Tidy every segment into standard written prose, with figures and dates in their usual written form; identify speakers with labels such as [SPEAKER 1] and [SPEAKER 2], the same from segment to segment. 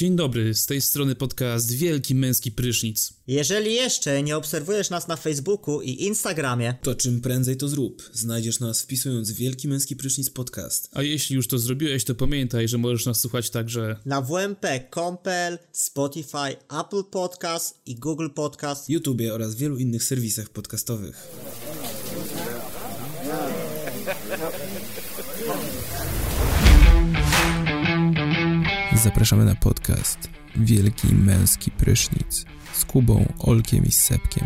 [SPEAKER 1] Dzień dobry, z tej strony podcast Wielki Męski Prysznic.
[SPEAKER 2] Jeżeli jeszcze nie obserwujesz nas na Facebooku i Instagramie,
[SPEAKER 3] to czym prędzej to zrób. Znajdziesz nas wpisując Wielki Męski Prysznic Podcast.
[SPEAKER 1] A jeśli już to zrobiłeś, to pamiętaj, że możesz nas słuchać także
[SPEAKER 2] na wmp.com.pl, Spotify, Apple Podcast i Google Podcast,
[SPEAKER 3] YouTube oraz wielu innych serwisach podcastowych. Zapraszamy na podcast Wielki Męski Prysznic z Kubą, Olkiem i Sepkiem.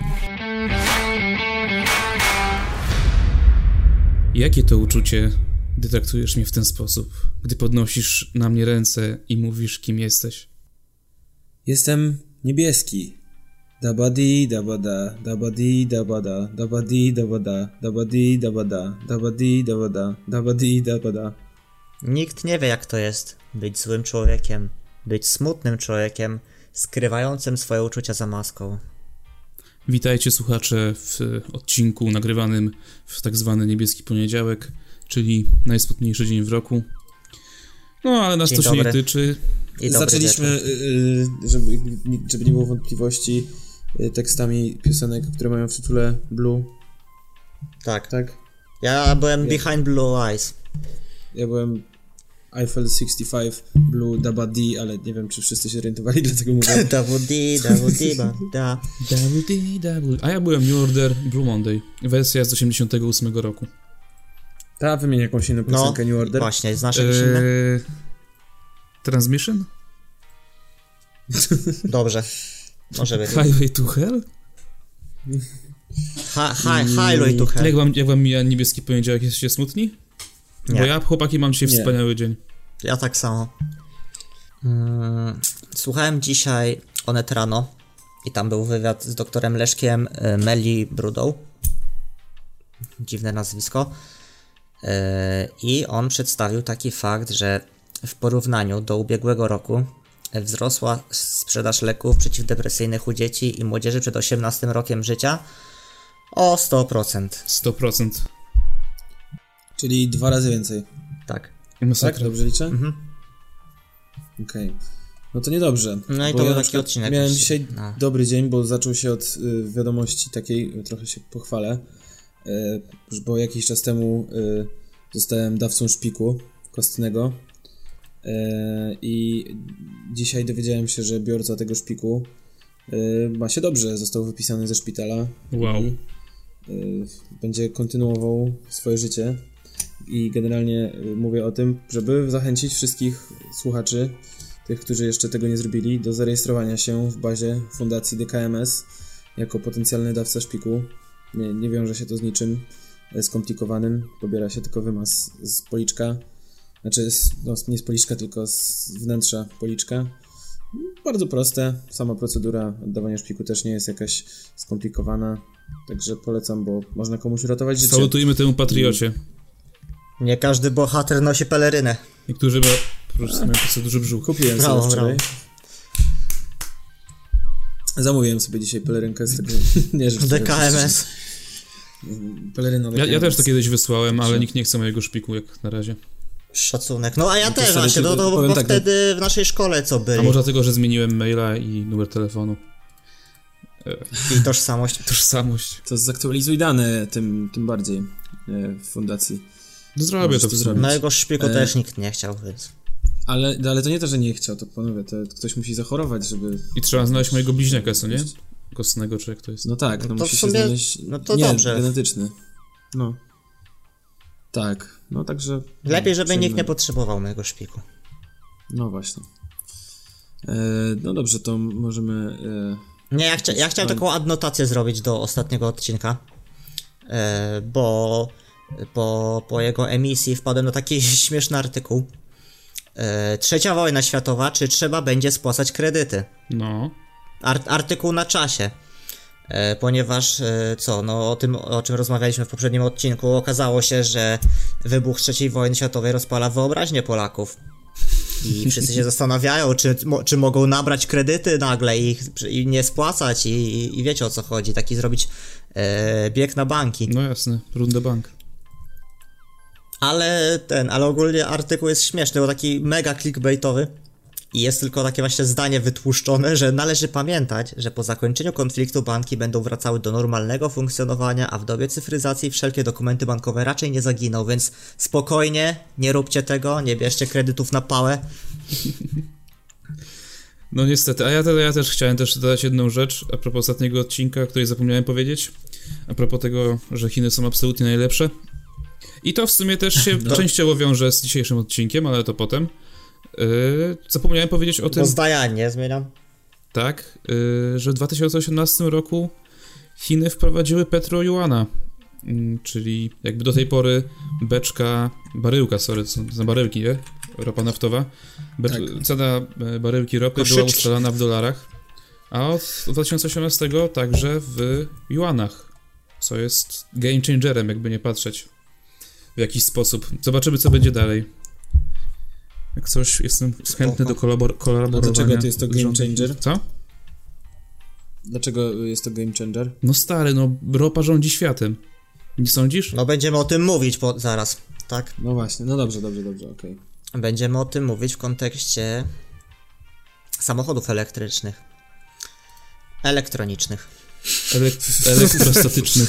[SPEAKER 1] Jakie to uczucie, gdy traktujesz mnie w ten sposób? Gdy podnosisz na mnie ręce i mówisz, kim jesteś?
[SPEAKER 3] Jestem niebieski. Dabadi dabada, dabadi dabada, dabadi dabada, dabadi dabada, dabadi dabada, dabadi dabada.
[SPEAKER 2] Nikt nie wie, jak to jest być złym człowiekiem, być smutnym człowiekiem, skrywającym swoje uczucia za maską.
[SPEAKER 1] Witajcie słuchacze w odcinku nagrywanym w tak zwany niebieski poniedziałek, czyli najsmutniejszy dzień w roku. No, ale nas
[SPEAKER 2] Dzień
[SPEAKER 1] to się
[SPEAKER 2] dobry.
[SPEAKER 1] nie tyczy.
[SPEAKER 3] Zaczęliśmy, żeby nie było wątpliwości, tekstami piosenek, które mają w tytule Blue.
[SPEAKER 2] Tak.
[SPEAKER 3] Tak?
[SPEAKER 2] Ja byłem Behind Blue Eyes.
[SPEAKER 3] Ja byłem Eiffel 65 Blue Dabadi, ale nie wiem, czy wszyscy się orientowali, dlatego mówię.
[SPEAKER 2] Dabudi.
[SPEAKER 1] A ja byłem New Order Blue Monday, wersja z 88 roku.
[SPEAKER 3] Ta wymienia jakąś inną piosenkę New Order.
[SPEAKER 2] Właśnie, znasz jakieś inne?
[SPEAKER 1] Transmission?
[SPEAKER 2] Dobrze. Może być.
[SPEAKER 1] Highway to Hell?
[SPEAKER 2] Highway to Hell.
[SPEAKER 1] Jak wam mija niebieski poniedziałek? Jesteście smutni?
[SPEAKER 2] Nie.
[SPEAKER 1] Bo ja, chłopaki, mam dzisiaj
[SPEAKER 3] Nie.
[SPEAKER 1] wspaniały dzień.
[SPEAKER 2] Ja tak samo. Słuchałem dzisiaj Onet Rano i tam był wywiad z doktorem Leszkiem Meli Brudą. Dziwne nazwisko. I on przedstawił taki fakt, że w porównaniu do ubiegłego roku wzrosła sprzedaż leków przeciwdepresyjnych u dzieci i młodzieży przed 18 rokiem życia o 100%.
[SPEAKER 1] 100%.
[SPEAKER 3] Czyli 2 razy więcej.
[SPEAKER 2] Tak.
[SPEAKER 1] Masakra.
[SPEAKER 3] Tak? Dobrze liczę?
[SPEAKER 2] Mhm.
[SPEAKER 3] Okej. No to niedobrze.
[SPEAKER 2] No i
[SPEAKER 3] bo
[SPEAKER 2] to był
[SPEAKER 3] na
[SPEAKER 2] taki
[SPEAKER 3] przykład
[SPEAKER 2] odcinek.
[SPEAKER 3] Miałem
[SPEAKER 2] już.
[SPEAKER 3] dzisiaj
[SPEAKER 2] No.
[SPEAKER 3] dobry dzień, bo zaczął się od wiadomości takiej, trochę się pochwalę, bo jakiś czas temu zostałem dawcą szpiku kostnego i dzisiaj dowiedziałem się, że biorca tego szpiku ma się dobrze, został wypisany ze szpitala.
[SPEAKER 1] Wow.
[SPEAKER 3] I będzie kontynuował swoje życie i generalnie mówię o tym, żeby zachęcić wszystkich słuchaczy, tych, którzy jeszcze tego nie zrobili, do zarejestrowania się w bazie Fundacji DKMS jako potencjalny dawca szpiku. Nie wiąże się to z niczym skomplikowanym, pobiera się tylko wymaz z policzka, znaczy nie z policzka, tylko z wnętrza policzka. Bardzo proste, sama procedura oddawania szpiku też nie jest jakaś skomplikowana, także polecam, bo można komuś uratować życie.
[SPEAKER 1] Salutujmy temu patriocie.
[SPEAKER 2] Nie każdy bohater nosi pelerynę.
[SPEAKER 1] Niektórzy po prostu mają po prostu duży brzuch.
[SPEAKER 3] Kupiłem
[SPEAKER 2] Brawo,
[SPEAKER 3] sobie wczoraj.
[SPEAKER 2] brawo.
[SPEAKER 3] Zamówiłem sobie dzisiaj pelerynkę z tego, nie, że
[SPEAKER 2] DKMS.
[SPEAKER 3] Peleryna DKMS.
[SPEAKER 1] Ja też to kiedyś wysłałem, ale nikt nie chce mojego szpiku jak na razie.
[SPEAKER 2] Szacunek. No a ja
[SPEAKER 3] No to
[SPEAKER 2] też
[SPEAKER 3] wtedy
[SPEAKER 2] właśnie,
[SPEAKER 3] tylko
[SPEAKER 2] bo
[SPEAKER 3] powiem tak,
[SPEAKER 2] wtedy w naszej szkole co
[SPEAKER 1] A
[SPEAKER 2] byli.
[SPEAKER 1] może dlatego, że zmieniłem maila i numer telefonu.
[SPEAKER 2] I tożsamość.
[SPEAKER 1] Tożsamość.
[SPEAKER 3] To zaktualizuj dane tym bardziej w fundacji.
[SPEAKER 1] Zrobię
[SPEAKER 3] Możesz
[SPEAKER 1] to
[SPEAKER 3] to
[SPEAKER 1] w
[SPEAKER 3] zrobić.
[SPEAKER 2] Mojego szpiku też nikt nie chciał, więc...
[SPEAKER 3] Ale to nie to, że nie chciał, to panowie, to ktoś musi zachorować, żeby...
[SPEAKER 1] I trzeba znaleźć mojego bliźniaka, co nie? Kostnego, czy jak to jest?
[SPEAKER 3] No tak, no
[SPEAKER 2] to
[SPEAKER 3] musi
[SPEAKER 2] w
[SPEAKER 3] się
[SPEAKER 2] sumie-
[SPEAKER 3] znaleźć...
[SPEAKER 2] no to
[SPEAKER 3] nie,
[SPEAKER 2] dobrze.
[SPEAKER 3] genetyczny. No. Tak, no także...
[SPEAKER 2] Lepiej, żeby nikt nie
[SPEAKER 3] przyjemne.
[SPEAKER 2] potrzebował mojego szpiku.
[SPEAKER 3] No właśnie. No dobrze, to możemy...
[SPEAKER 2] Nie, ja chciałem taką adnotację zrobić do ostatniego odcinka, bo po jego emisji wpadłem na taki śmieszny artykuł. Trzecia wojna światowa, czy trzeba będzie spłacać kredyty?
[SPEAKER 1] No.
[SPEAKER 2] Artykuł na czasie. Ponieważ, o tym, o czym rozmawialiśmy w poprzednim odcinku, okazało się, że wybuch III wojny światowej rozpala wyobraźnię Polaków. I wszyscy się zastanawiają, czy mogą nabrać kredyty nagle i nie spłacać i wiecie o co chodzi, taki zrobić bieg na banki.
[SPEAKER 1] No jasne, rundę bank.
[SPEAKER 2] Ale ogólnie artykuł jest śmieszny, bo taki mega clickbaitowy. I jest tylko takie właśnie zdanie wytłuszczone, że należy pamiętać, że po zakończeniu konfliktu banki będą wracały do normalnego funkcjonowania, a w dobie cyfryzacji wszelkie dokumenty bankowe raczej nie zaginą, więc spokojnie, nie róbcie tego, nie bierzcie kredytów na pałę.
[SPEAKER 1] No niestety, a ja też chciałem dodać jedną rzecz a propos ostatniego odcinka, o której zapomniałem powiedzieć, a propos tego, że Chiny są absolutnie najlepsze. I to w sumie też się częściowo wiąże z dzisiejszym odcinkiem, ale to potem. Zapomniałem powiedzieć o tym...
[SPEAKER 2] Bo zdania nie zmieniam.
[SPEAKER 1] Tak, że w 2018 roku Chiny wprowadziły petro-juana, czyli jakby do tej pory baryłka, na baryłki, nie? Ropa naftowa.
[SPEAKER 3] Tak.
[SPEAKER 1] Cena baryłki ropy była ustalana w dolarach, a od 2018 także w juanach, co jest game changerem, jakby nie patrzeć w jakiś sposób. Zobaczymy, co będzie dalej. Jak coś, jestem chętny do kolaborowania.
[SPEAKER 3] No dlaczego to jest to game changer?
[SPEAKER 1] Co?
[SPEAKER 3] Dlaczego jest to game changer?
[SPEAKER 1] No stary, ropa rządzi światem. Nie sądzisz?
[SPEAKER 2] No będziemy o tym mówić zaraz, tak?
[SPEAKER 3] No właśnie, no dobrze, okej.
[SPEAKER 2] Będziemy o tym mówić w kontekście samochodów elektrycznych. Elektronicznych.
[SPEAKER 1] Elektrostatycznych.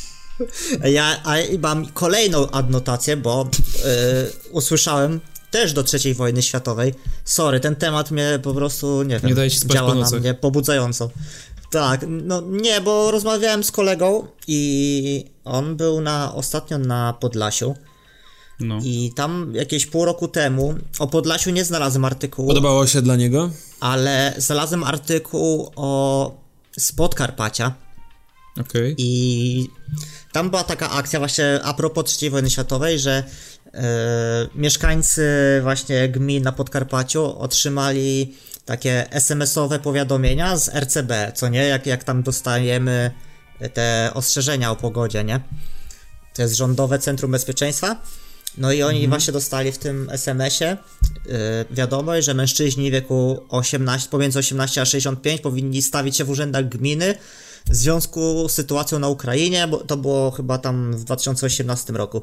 [SPEAKER 2] Ja mam kolejną adnotację, bo usłyszałem też do III wojny światowej. Sorry, ten temat mnie po prostu, nie wiem,
[SPEAKER 1] nie daje ci spać
[SPEAKER 2] działa
[SPEAKER 1] po
[SPEAKER 2] na
[SPEAKER 1] nocach.
[SPEAKER 2] mnie pobudzająco. Tak, no nie, bo rozmawiałem z kolegą i on był ostatnio na Podlasiu.
[SPEAKER 1] No.
[SPEAKER 2] I tam jakieś pół roku temu o Podlasiu nie znalazłem artykułu.
[SPEAKER 3] Podobało się dla niego?
[SPEAKER 2] Ale znalazłem artykuł z Podkarpacia.
[SPEAKER 1] Okej.
[SPEAKER 2] I tam była taka akcja właśnie a propos III wojny światowej, że mieszkańcy właśnie gmin na Podkarpaciu otrzymali takie SMS-owe powiadomienia z RCB, co nie? Jak tam dostajemy te ostrzeżenia o pogodzie, nie? To jest Rządowe Centrum Bezpieczeństwa. No i oni właśnie dostali w tym SMS-ie wiadomość, że mężczyźni w wieku pomiędzy 18 a 65 powinni stawić się w urzędach gminy w związku z sytuacją na Ukrainie, bo to było chyba tam w 2018 roku.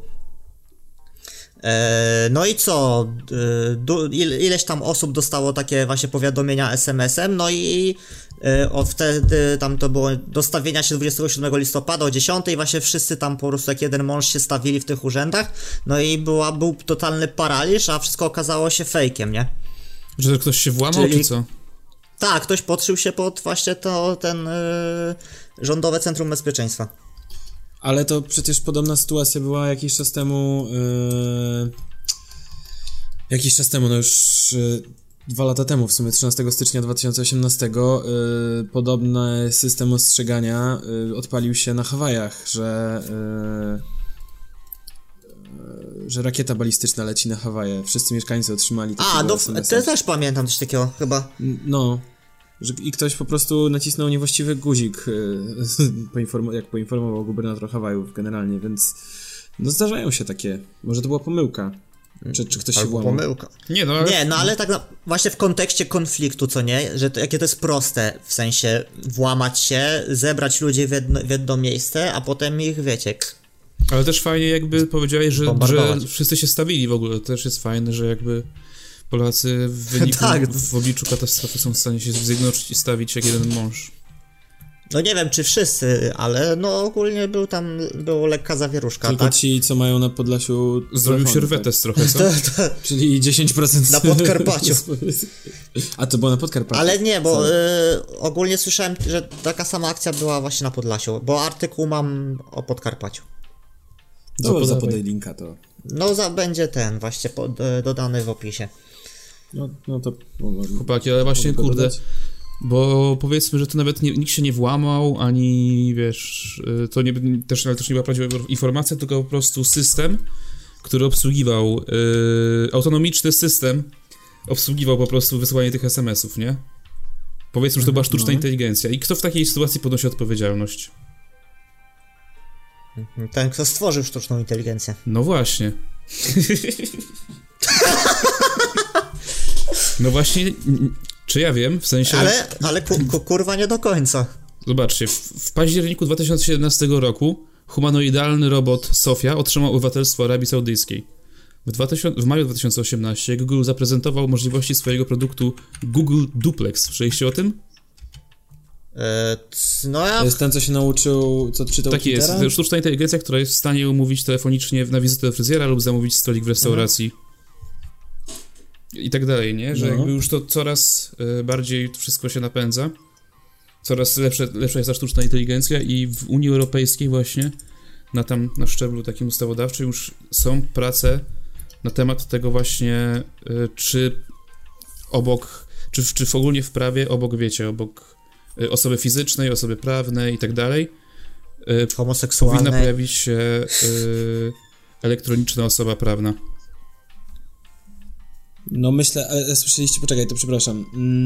[SPEAKER 2] No i co? Ileś tam osób dostało takie właśnie powiadomienia SMS-em, no i od wtedy tam to było dostawienia się 27 listopada o 10 i właśnie wszyscy tam po prostu jak jeden mąż się stawili w tych urzędach, no i był totalny paraliż, a wszystko okazało się fejkiem, nie?
[SPEAKER 1] Że ktoś się włamał, czy co?
[SPEAKER 2] Tak, ktoś podszył się pod właśnie ten Rządowe Centrum Bezpieczeństwa.
[SPEAKER 3] Ale to przecież podobna sytuacja była jakiś czas temu, no już 2 lata temu, w sumie 13 stycznia 2018, podobny system ostrzegania odpalił się na Hawajach, że rakieta balistyczna leci na Hawaje. Wszyscy mieszkańcy otrzymali takiego SMS-a.
[SPEAKER 2] To też pamiętam coś takiego chyba.
[SPEAKER 3] No, i ktoś po prostu nacisnął niewłaściwy guzik, jak poinformował gubernator Hawajów generalnie, więc no zdarzają się takie. Może to była pomyłka. Czy ktoś się włamał?
[SPEAKER 2] Pomyłka.
[SPEAKER 1] Nie,
[SPEAKER 2] ale tak właśnie w kontekście konfliktu, co nie? Że jakie to jest proste, w sensie włamać się, zebrać ludzi w jedno miejsce, a potem ich, wiecie...
[SPEAKER 1] Ale też fajnie jakby powiedziałeś, że wszyscy się stawili w ogóle. To też jest fajne, że jakby Polacy w wyniku, w obliczu katastrofy są w stanie się zjednoczyć i stawić jak jeden mąż.
[SPEAKER 2] No nie wiem, czy wszyscy, ale no ogólnie była lekka zawieruszka,
[SPEAKER 3] tylko
[SPEAKER 2] tak?
[SPEAKER 3] ci, co mają na Podlasiu...
[SPEAKER 1] Zrobił się rwetes trochę, co?
[SPEAKER 3] Czyli 10%...
[SPEAKER 2] Na Podkarpaciu.
[SPEAKER 3] A to było na Podkarpaciu.
[SPEAKER 2] Ale nie, bo ogólnie słyszałem, że taka sama akcja była właśnie na Podlasiu, bo artykuł mam o Podkarpaciu.
[SPEAKER 3] Zapodaj linka to...
[SPEAKER 2] No będzie ten właśnie dodany w opisie.
[SPEAKER 3] No to...
[SPEAKER 1] Chłopaki, ale właśnie kurde... Dodać? Bo powiedzmy, że to nawet nikt się nie włamał, ani wiesz, to też nie była prawdziwa informacja, tylko po prostu system, który obsługiwał, autonomiczny system obsługiwał po prostu wysyłanie tych SMS-ów, nie? Powiedzmy, że to była sztuczna inteligencja. I kto w takiej sytuacji ponosi odpowiedzialność?
[SPEAKER 2] Ten, kto stworzył sztuczną inteligencję.
[SPEAKER 1] No właśnie. No właśnie... Czy ja wiem, w sensie...
[SPEAKER 2] Ale kurwa nie do końca.
[SPEAKER 1] Zobaczcie, w październiku 2017 roku humanoidalny robot Sofia otrzymał obywatelstwo Arabii Saudyjskiej. W maju 2018 Google zaprezentował możliwości swojego produktu Google Duplex. Słyszeliście o tym?
[SPEAKER 3] To jest ten, co się nauczył, co czytał
[SPEAKER 1] Tak
[SPEAKER 3] Twittera?
[SPEAKER 1] jest, sztuczna inteligencja, która jest w stanie umówić telefonicznie na wizytę do fryzjera lub zamówić stolik w restauracji. I tak dalej, nie? Że jakby już to coraz bardziej wszystko się napędza. Coraz lepsza jest ta sztuczna inteligencja i w Unii Europejskiej właśnie na szczeblu takim ustawodawczym już są prace na temat tego właśnie, czy ogólnie w prawie obok osoby fizycznej, osoby prawnej i tak dalej
[SPEAKER 2] homoseksualnej
[SPEAKER 1] powinna pojawić się elektroniczna osoba prawna.
[SPEAKER 3] No myślę, ale słyszeliście, poczekaj, to przepraszam.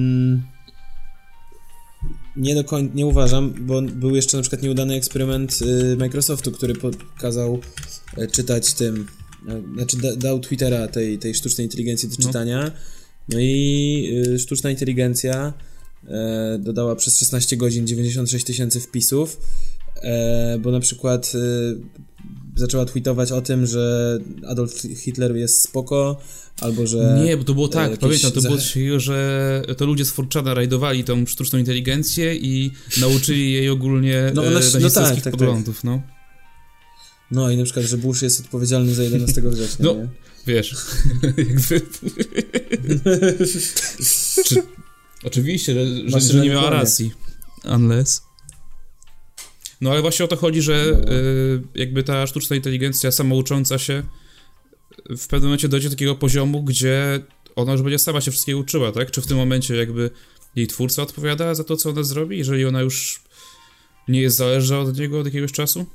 [SPEAKER 3] Nie uważam, bo był jeszcze na przykład nieudany eksperyment Microsoftu, który pokazał czytać dał Twittera tej sztucznej inteligencji do czytania. No i sztuczna inteligencja dodała przez 16 godzin 96 000 wpisów, bo na przykład zaczęła tweetować o tym, że Adolf Hitler jest spoko, albo że...
[SPEAKER 1] Nie, bo to było tak, pamiętam, to było takiego, że to ludzie z 4chana rajdowali tą sztuczną inteligencję i nauczyli jej ogólnie nazistowskich poglądów, no.
[SPEAKER 3] No i na przykład, że Bush jest odpowiedzialny za 11 września,
[SPEAKER 1] no,
[SPEAKER 3] nie?
[SPEAKER 1] Wiesz, jakby... Oczywiście, że nie miała racji. Unless... No ale właśnie o to chodzi, że jakby ta sztuczna inteligencja samoucząca się w pewnym momencie dojdzie do takiego poziomu, gdzie ona już będzie sama się wszystkiego uczyła, tak? Czy w tym momencie jakby jej twórca odpowiada za to, co ona zrobi, jeżeli ona już nie jest zależna od niego od jakiegoś czasu?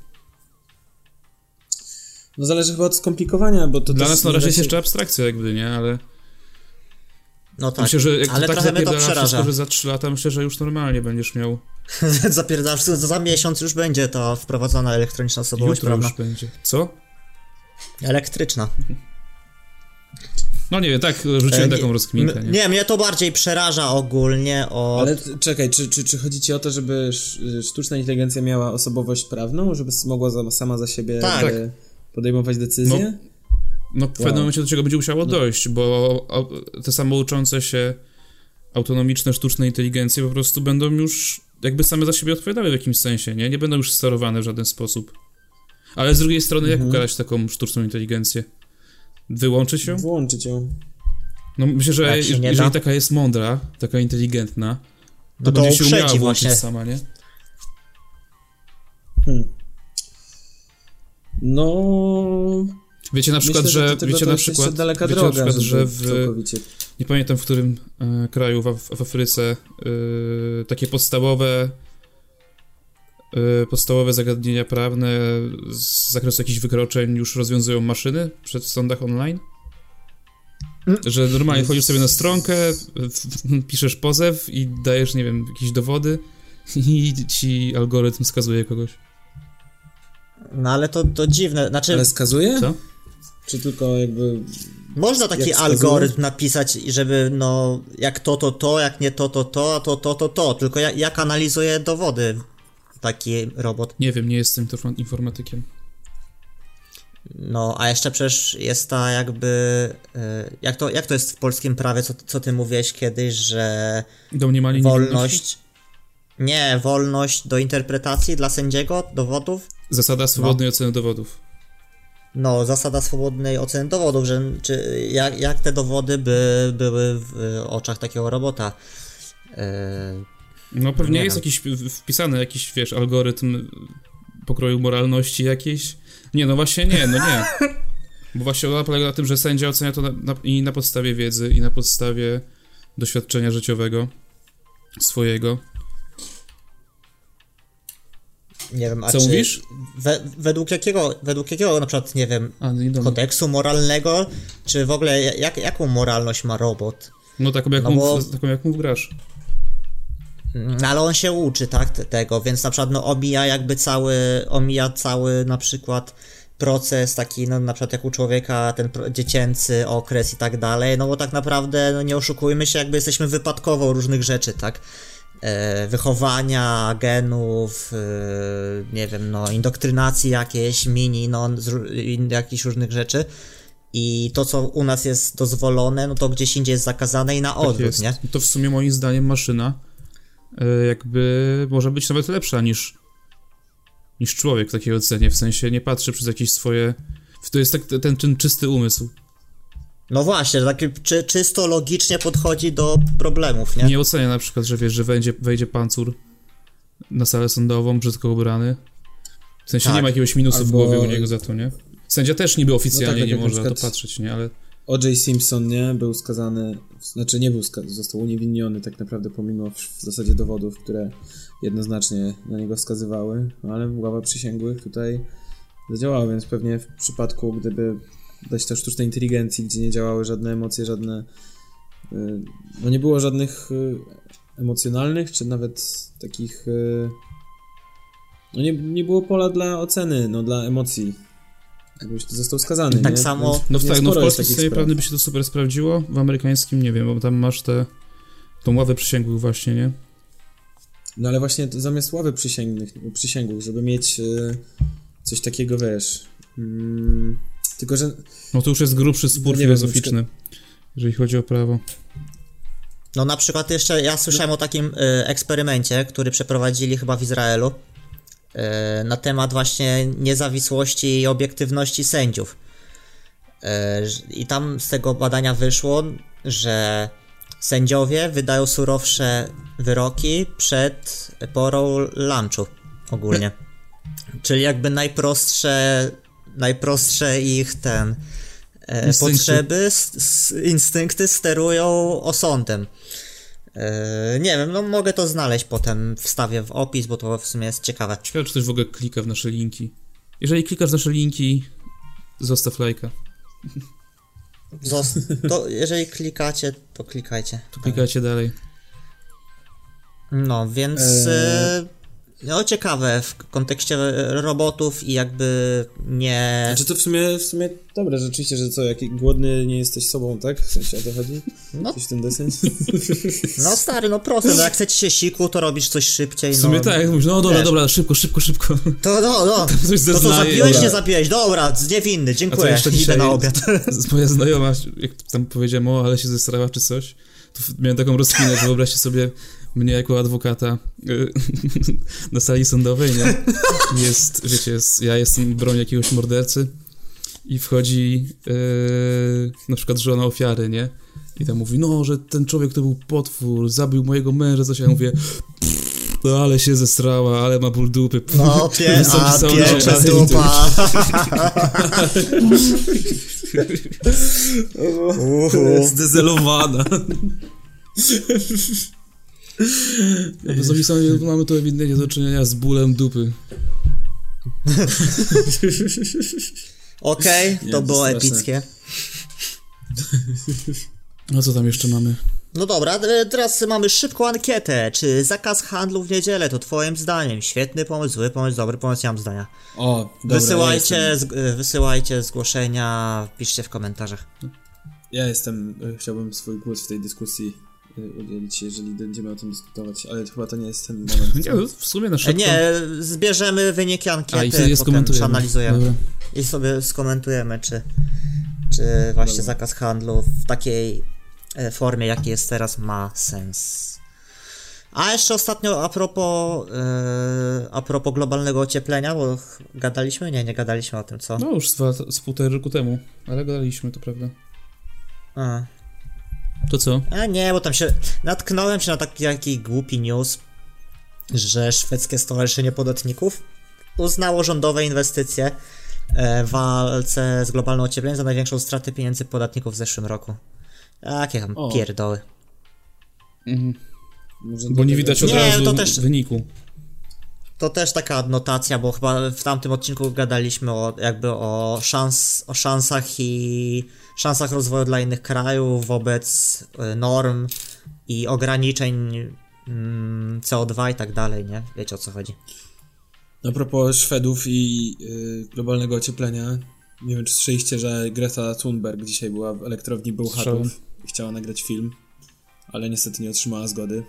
[SPEAKER 3] No zależy chyba od skomplikowania, bo to
[SPEAKER 1] dla nas na razie jest jeszcze abstrakcja jakby, nie? Ale...
[SPEAKER 2] No tak,
[SPEAKER 1] myślę, że jak
[SPEAKER 2] ale
[SPEAKER 1] to tak
[SPEAKER 2] trochę mnie to przeraża.
[SPEAKER 1] wszystko, że za 3 lata myślę, że już normalnie będziesz miał...
[SPEAKER 2] Zapierdasz, za miesiąc już będzie ta wprowadzona elektroniczna osobowość prawna.
[SPEAKER 1] Już będzie. Co?
[SPEAKER 2] Elektryczna.
[SPEAKER 1] No nie wiem, tak rzuciłem taką rozkminkę.
[SPEAKER 2] Nie, mnie to bardziej przeraża ogólnie od...
[SPEAKER 3] Ale czekaj, czy chodzi ci o to, żeby sztuczna inteligencja miała osobowość prawną, żeby mogła sama za siebie podejmować decyzje?
[SPEAKER 1] No w pewnym momencie do czego będzie musiało dojść, bo te samouczące się autonomiczne sztuczne inteligencje po prostu będą już jakby same za siebie odpowiadały w jakimś sensie, nie? Nie będą już sterowane w żaden sposób. Ale z drugiej strony jak ukarać taką sztuczną inteligencję? Wyłączyć ją?
[SPEAKER 3] Włączyć ją.
[SPEAKER 1] No myślę, że jeżeli taka jest mądra, taka inteligentna, to
[SPEAKER 2] no
[SPEAKER 1] będzie się umiała włączyć
[SPEAKER 2] właśnie
[SPEAKER 1] sama, nie?
[SPEAKER 3] No...
[SPEAKER 1] Wiecie na przykład,
[SPEAKER 3] myślę,
[SPEAKER 1] że nie pamiętam w którym kraju w Afryce takie podstawowe zagadnienia prawne z zakresu jakichś wykroczeń już rozwiązują maszyny w sądach online. Że normalnie wchodzisz sobie na stronkę, piszesz pozew i dajesz, nie wiem, jakieś dowody i ci algorytm skazuje kogoś.
[SPEAKER 2] No ale to dziwne, znaczy...
[SPEAKER 3] Ale skazuje?
[SPEAKER 1] Co?
[SPEAKER 3] Czy tylko jakby...
[SPEAKER 2] Można taki algorytm napisać, żeby no, jak jak nie to, tylko jak analizuje dowody taki robot?
[SPEAKER 1] Nie wiem, nie jestem informatykiem.
[SPEAKER 2] No, a jeszcze przecież jest ta jakby... Jak to jest w polskim prawie, co ty mówiłeś kiedyś, że...
[SPEAKER 1] Domniemanie
[SPEAKER 2] wolność... Nie, wolność do interpretacji dla sędziego dowodów?
[SPEAKER 1] Zasada swobodnej oceny dowodów.
[SPEAKER 2] No, zasada swobodnej oceny dowodów, że jak te dowody były w oczach takiego robota.
[SPEAKER 1] No pewnie jest jakiś wpisany jakiś, wiesz, algorytm pokroju moralności jakiejś. Nie, no właśnie nie. Bo właśnie ona polega na tym, że sędzia ocenia to na podstawie wiedzy i na podstawie doświadczenia życiowego swojego.
[SPEAKER 2] Nie wiem, a
[SPEAKER 1] co mówisz?
[SPEAKER 2] Według jakiego na przykład, nie wiem, kodeksu moralnego, czy w ogóle jaką moralność ma robot?
[SPEAKER 1] No taką jaką wgrasz.
[SPEAKER 2] No ale on się uczy, tak, tego, więc na przykład omija cały na przykład proces taki, no na przykład jak u człowieka ten dziecięcy okres i tak dalej, no bo tak naprawdę, no nie oszukujmy się, jakby jesteśmy wypadkowo różnych rzeczy, tak? Wychowania, genów, nie wiem, no indoktrynacji jakiejś, jakichś różnych rzeczy i to, co u nas jest dozwolone, no to gdzieś indziej jest zakazane i na odwrót, nie?
[SPEAKER 1] To w sumie moim zdaniem maszyna jakby może być nawet lepsza niż człowiek w takiej ocenie, w sensie nie patrzy przez jakieś swoje... To jest tak ten czysty umysł.
[SPEAKER 2] No właśnie, taki czysto logicznie podchodzi do problemów, nie?
[SPEAKER 1] Nie ocenia na przykład, że wiesz, że wejdzie pancur na salę sądową, brzydko ubrany. W sensie nie ma jakiegoś minusu w głowie u niego za to, nie? Sędzia też niby oficjalnie nie może na to patrzeć, nie? Ale...
[SPEAKER 3] O.J. Simpson, nie? Był skazany, znaczy nie był skazany, został uniewinniony tak naprawdę pomimo w zasadzie dowodów, które jednoznacznie na niego wskazywały, ale ława przysięgłych tutaj zadziałała, więc pewnie w przypadku, gdyby dać to sztucznej inteligencji, gdzie nie działały żadne emocje, no nie było żadnych emocjonalnych, czy nawet takich no nie było pola dla oceny, no dla emocji. Jakbyś to został skazany,
[SPEAKER 2] tak
[SPEAKER 3] nie?
[SPEAKER 2] samo...
[SPEAKER 1] No w polskim systemie prawnym by się to super sprawdziło, w amerykańskim nie wiem, bo tam masz tą ławę przysięgłych właśnie, nie?
[SPEAKER 3] No ale właśnie zamiast ławy przysięgłych, żeby mieć coś takiego, wiesz... tylko, że...
[SPEAKER 1] No to już jest grubszy spór filozoficzny, jeżeli chodzi o prawo.
[SPEAKER 2] No na przykład jeszcze ja słyszałem o takim eksperymencie, który przeprowadzili chyba w Izraelu na temat właśnie niezawisłości i obiektywności sędziów. I tam z tego badania wyszło, że sędziowie wydają surowsze wyroki przed porą lunchu ogólnie. Czyli jakby najprostsze ich potrzeby, instynkty sterują osądem. Nie wiem, no mogę to znaleźć potem, wstawię w opis, bo to w sumie jest ciekawe.
[SPEAKER 1] Ciekawe, czy ktoś w ogóle klika w nasze linki. Jeżeli klikasz w nasze linki, zostaw lajka.
[SPEAKER 2] To jeżeli klikacie, to klikajcie.
[SPEAKER 1] To klikajcie dalej.
[SPEAKER 2] No, więc... No ciekawe w kontekście robotów i jakby nie...
[SPEAKER 3] Znaczy to w sumie dobre rzeczywiście, że co, jak głodny nie jesteś sobą, tak? W sensie o to chodzi?
[SPEAKER 2] No.
[SPEAKER 3] Coś w tym deseń?
[SPEAKER 2] No stary, no proste, no jak chcecie się siku, to robisz coś szybciej,
[SPEAKER 1] W sumie
[SPEAKER 2] no...
[SPEAKER 1] tak, mówisz, no dobra, szybko.
[SPEAKER 2] To to zabiłeś, nie zabiłeś, dobra, niewinny, dziękuję, idę na obiad.
[SPEAKER 1] Moja znajoma, jak tam powiedziałem, ale się zesrała czy coś, to miałem taką rozkminę, że wyobraźcie sobie mnie jako adwokata na sali sądowej, nie? Ja jestem bronią jakiegoś mordercy i wchodzi na przykład żona ofiary, nie? I tam mówi, no, że ten człowiek to był potwór, zabił mojego męża, coś, ja mówię, no ale się zesrała, ale ma ból dupy.
[SPEAKER 2] No, piecze dupa.
[SPEAKER 3] Zdezelowana.
[SPEAKER 1] Mamy tu ewidentnie do czynienia z bólem dupy.
[SPEAKER 2] Okej, to było epickie.
[SPEAKER 1] No co tam jeszcze mamy?
[SPEAKER 2] No dobra, teraz mamy szybką ankietę. Czy zakaz handlu w niedzielę to twoim zdaniem świetny pomysł, zły pomysł, dobry pomysł? Nie mam zdania.
[SPEAKER 3] O, dobra,
[SPEAKER 2] wysyłajcie zgłoszenia, piszcie w komentarzach.
[SPEAKER 3] Chciałbym swój głos w tej dyskusji udzielić, jeżeli będziemy o tym dyskutować, ale chyba to nie jest ten moment.
[SPEAKER 1] Nie, w sumie na szybko.
[SPEAKER 2] Nie, zbierzemy wyniki ankiety,
[SPEAKER 1] i
[SPEAKER 2] potem przeanalizujemy.
[SPEAKER 1] Dobra.
[SPEAKER 2] I sobie skomentujemy, czy właśnie zakaz handlu w takiej formie, jaki jest teraz, ma sens. A jeszcze ostatnio a propos globalnego ocieplenia, bo gadaliśmy? Nie gadaliśmy o tym, co?
[SPEAKER 1] No już z półtorej roku temu, ale gadaliśmy, to prawda. To co?
[SPEAKER 2] Nie, bo tam natknąłem się na taki głupi news, że szwedzkie Stowarzyszenie Podatników uznało rządowe inwestycje w walce z globalnym ociepleniem za największą stratę pieniędzy podatników w zeszłym roku. Jakie tam pierdoły.
[SPEAKER 1] Bo nie widać od razu wyniku.
[SPEAKER 2] To też taka adnotacja, bo chyba w tamtym odcinku gadaliśmy o szansach rozwoju dla innych krajów wobec norm i ograniczeń CO2 i tak dalej, nie? Wiecie, o co chodzi.
[SPEAKER 3] A propos Szwedów i globalnego ocieplenia, nie wiem, czy słyszeliście, że Greta Thunberg dzisiaj była w elektrowni Bełchatów i chciała nagrać film, ale niestety nie otrzymała zgody.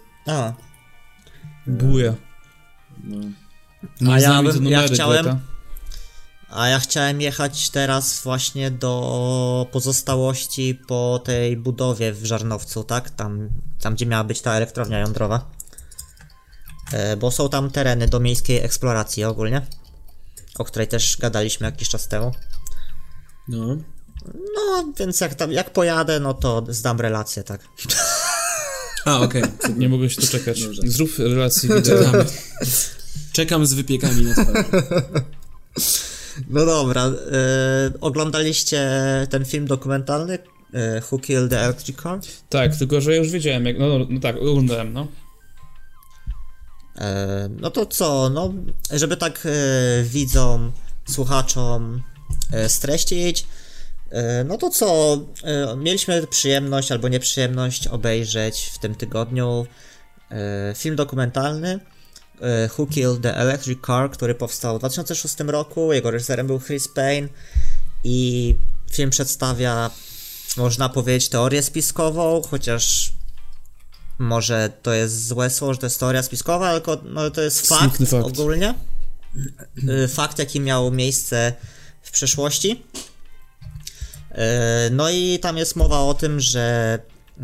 [SPEAKER 1] Buja.
[SPEAKER 3] No.
[SPEAKER 2] A ja chciałem jechać teraz właśnie do pozostałości po tej budowie w Żarnowcu, tak? Tam gdzie miała być ta elektrownia jądrowa. Bo są tam tereny do miejskiej eksploracji ogólnie, o której też gadaliśmy jakiś czas temu.
[SPEAKER 3] No,
[SPEAKER 2] więc jak pojadę, no to zdam relację, tak.
[SPEAKER 3] Okej.
[SPEAKER 1] Nie mogę się doczekać.
[SPEAKER 3] Dobrze.
[SPEAKER 1] Zrób relację wideo.
[SPEAKER 3] Czekam z wypiekami na twarzy.
[SPEAKER 2] No dobra, oglądaliście ten film dokumentalny Who Killed the Electric Car?
[SPEAKER 1] Tak, tylko że ja już wiedziałem, jak... No tak, oglądałem, no.
[SPEAKER 2] No to co, no, żeby tak widzom, słuchaczom streścić, no to co, mieliśmy przyjemność albo nieprzyjemność obejrzeć w tym tygodniu film dokumentalny Who Killed the Electric Car, który powstał w 2006 roku, jego reżyserem był Chris Payne i film przedstawia, można powiedzieć, teorię spiskową, chociaż może to jest złe słowo, że to jest teoria spiskowa, tylko no, to jest fakt ogólnie. Fakt, jaki miał miejsce w przeszłości. No i tam jest mowa o tym, że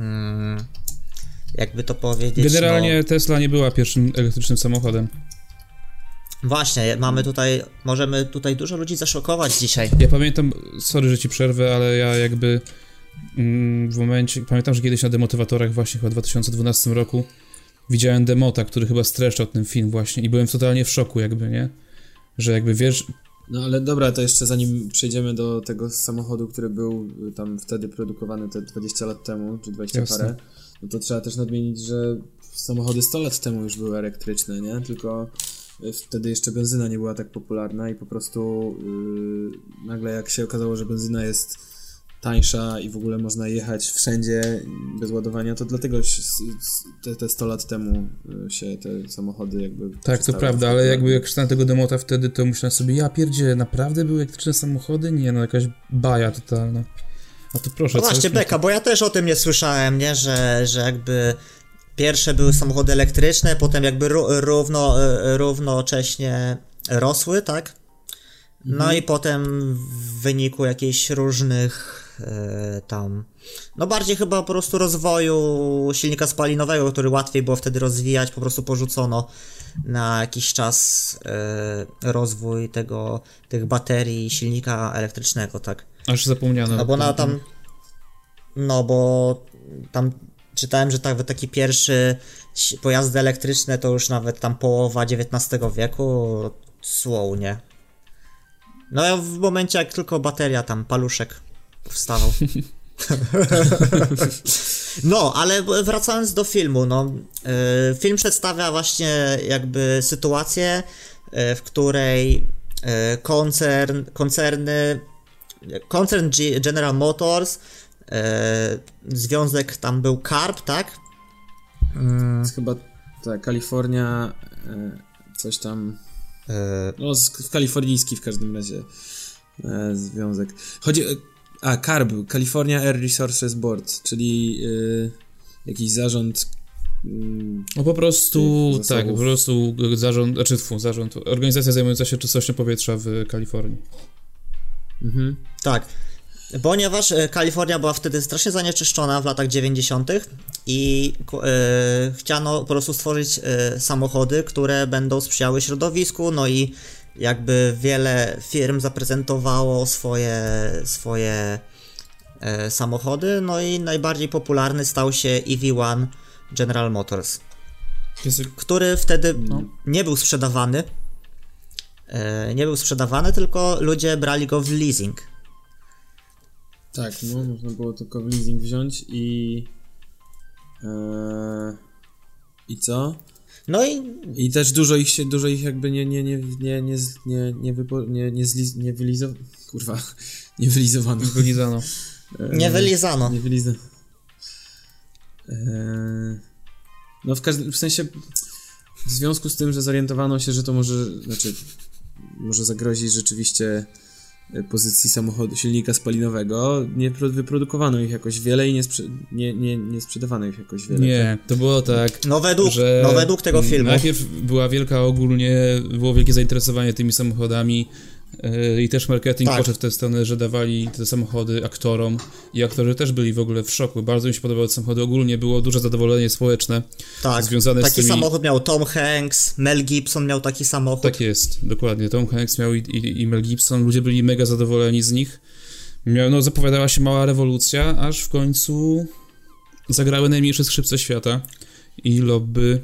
[SPEAKER 2] jakby to powiedzieć...
[SPEAKER 1] Generalnie Tesla nie była pierwszym elektrycznym samochodem.
[SPEAKER 2] Właśnie, możemy tutaj dużo ludzi zaszokować dzisiaj.
[SPEAKER 1] Ja pamiętam, sorry, że ci przerwę, ale ja jakby w momencie, pamiętam, że kiedyś na demotywatorach właśnie chyba w 2012 roku widziałem demota, który chyba streszczał ten film właśnie i byłem totalnie w szoku jakby, nie? Że jakby wiesz...
[SPEAKER 3] No ale dobra, to jeszcze zanim przejdziemy do tego samochodu, który był tam wtedy produkowany te 20 lat temu, czy 20
[SPEAKER 1] Jasne.
[SPEAKER 3] parę, no to trzeba też nadmienić, że samochody 100 lat temu już były elektryczne, nie? Tylko wtedy jeszcze benzyna nie była tak popularna i po prostu nagle jak się okazało, że benzyna jest tańsza i w ogóle można jechać wszędzie bez ładowania, to dlatego te 100 lat temu się te samochody jakby...
[SPEAKER 1] Tak, to prawda, ale jakby jak czytałem tego demota wtedy, to myślałem sobie, ja pierdzielę, naprawdę były elektryczne samochody? Nie, no jakaś baja totalna. A to proszę...
[SPEAKER 2] No właśnie, beka, bo ja też o tym nie słyszałem, nie? Że jakby pierwsze były samochody elektryczne, potem jakby równocześnie rosły, tak? No i potem w wyniku jakichś różnych tam, no bardziej chyba po prostu rozwoju silnika spalinowego, który łatwiej było wtedy rozwijać, po prostu porzucono na jakiś czas rozwój tych baterii silnika elektrycznego, tak?
[SPEAKER 1] Aż zapomniano.
[SPEAKER 2] No bo tam czytałem, że taki pierwszy pojazdy elektryczne to już nawet tam połowa XIX wieku, dosłownie. No w momencie jak tylko bateria tam, paluszek powstawał. No, ale wracając do filmu, no film przedstawia właśnie jakby sytuację, w której koncern General Motors, związek tam był CARB, tak?
[SPEAKER 3] Chyba ta Kalifornia, coś tam... No, kalifornijski w każdym razie związek. Chodzi o CARB, California Air Resources Board, czyli jakiś zarząd.
[SPEAKER 1] No po prostu, tak, po prostu zarząd, organizacja zajmująca się czystością powietrza w Kalifornii.
[SPEAKER 2] Mhm. Tak. Ponieważ Kalifornia była wtedy strasznie zanieczyszczona w latach 90. i chciano po prostu stworzyć samochody, które będą sprzyjały środowisku, no i jakby wiele firm zaprezentowało swoje samochody, no i najbardziej popularny stał się EV1 General Motors, który wtedy nie był sprzedawany, tylko ludzie brali go w leasing.
[SPEAKER 3] Tak, no można było tylko w leasing wziąć i co?
[SPEAKER 2] No
[SPEAKER 3] i też dużo ich jakby nie wylizowano.
[SPEAKER 2] Nie wylizano.
[SPEAKER 3] No w sensie w związku z tym, że zorientowano się, że to może zagrozić rzeczywiście pozycji samochodu, silnika spalinowego, nie wyprodukowano ich jakoś wiele i nie sprzedawano ich jakoś wiele.
[SPEAKER 1] Nie, to było tak,
[SPEAKER 2] według tego filmu.
[SPEAKER 1] Najpierw było wielkie zainteresowanie tymi samochodami I też marketing
[SPEAKER 2] Tak.
[SPEAKER 1] poszedł w tę stronę, że dawali te samochody aktorom i aktorzy też byli w ogóle w szoku. Bardzo mi się podobały te samochody. Ogólnie było duże zadowolenie społeczne
[SPEAKER 2] Tak,
[SPEAKER 1] związane z
[SPEAKER 2] taki
[SPEAKER 1] tymi...
[SPEAKER 2] samochód miał Tom Hanks, Mel Gibson miał taki samochód.
[SPEAKER 1] Tak jest, dokładnie. Tom Hanks miał i Mel Gibson. Ludzie byli mega zadowoleni z nich. Zapowiadała się mała rewolucja, aż w końcu zagrały najmniejsze skrzypce świata i lobby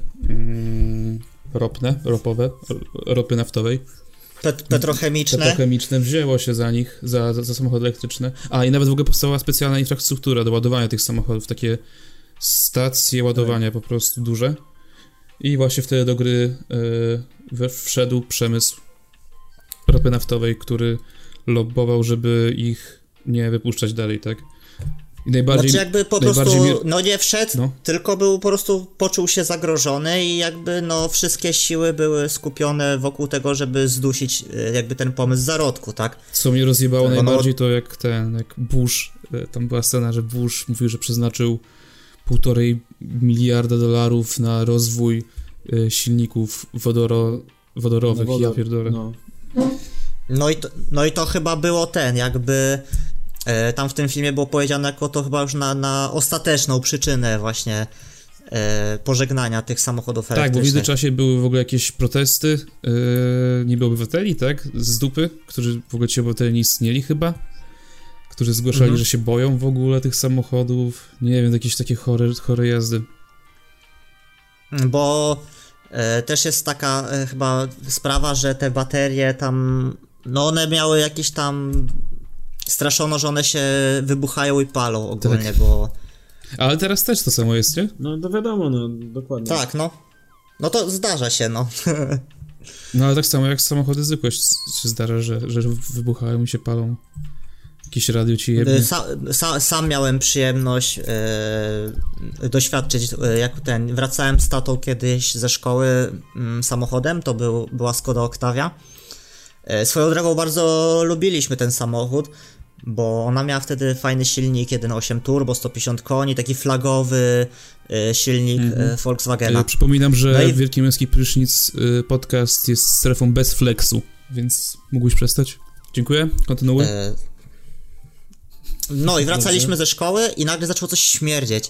[SPEAKER 1] ropy naftowej. Petrochemiczne wzięło się za nich, za samochody elektryczne. I nawet w ogóle powstała specjalna infrastruktura do ładowania tych samochodów, takie stacje ładowania po prostu duże. I właśnie wtedy do gry wszedł przemysł ropy naftowej, który lobbował, żeby ich nie wypuszczać dalej, tak? I najbardziej...
[SPEAKER 2] Znaczy jakby po prostu, nie wszedł, tylko był po prostu, poczuł się zagrożony i jakby wszystkie siły były skupione wokół tego, żeby zdusić jakby ten pomysł z zarodku, tak?
[SPEAKER 1] Co mnie rozjebało najbardziej to jak Bush, tam była scena, że Bush mówił, że przeznaczył $1,5 miliarda na rozwój silników wodorowych, ja pierdolę.
[SPEAKER 2] No i to chyba było tam w tym filmie było powiedziane jako to chyba już na ostateczną przyczynę właśnie pożegnania tych samochodów elektrycznych.
[SPEAKER 1] Tak, bo w międzyczasie były w ogóle jakieś protesty niby obywateli, tak? Z dupy, którzy w ogóle ci obywatele nie istnieli chyba, którzy zgłaszali, że się boją w ogóle tych samochodów. Nie wiem, jakieś takie chore jazdy.
[SPEAKER 2] Bo też jest taka chyba sprawa, że te baterie tam, one miały jakieś tam... Straszono, że one się wybuchają i palą ogólnie, tak. Bo...
[SPEAKER 1] Ale teraz też to samo jest, nie?
[SPEAKER 3] No to wiadomo, dokładnie.
[SPEAKER 2] Tak, no to zdarza się,
[SPEAKER 1] No ale tak samo jak samochody zwykłe się zdarza, że wybuchają i się palą. Jakieś radio ci jebnie.
[SPEAKER 2] Sam miałem przyjemność doświadczyć, jak wracałem z tatą kiedyś ze szkoły samochodem, to była Skoda Octavia. Swoją drogą bardzo lubiliśmy ten samochód, bo ona miała wtedy fajny silnik 1.8 turbo, 150 koni, taki flagowy silnik Volkswagena.
[SPEAKER 1] Przypominam, że Wielki Męski Prysznic podcast jest strefą bez flexu, więc mógłbyś przestać? Dziękuję, kontynuuj.
[SPEAKER 2] No i wracaliśmy ze szkoły i nagle zaczęło coś śmierdzieć.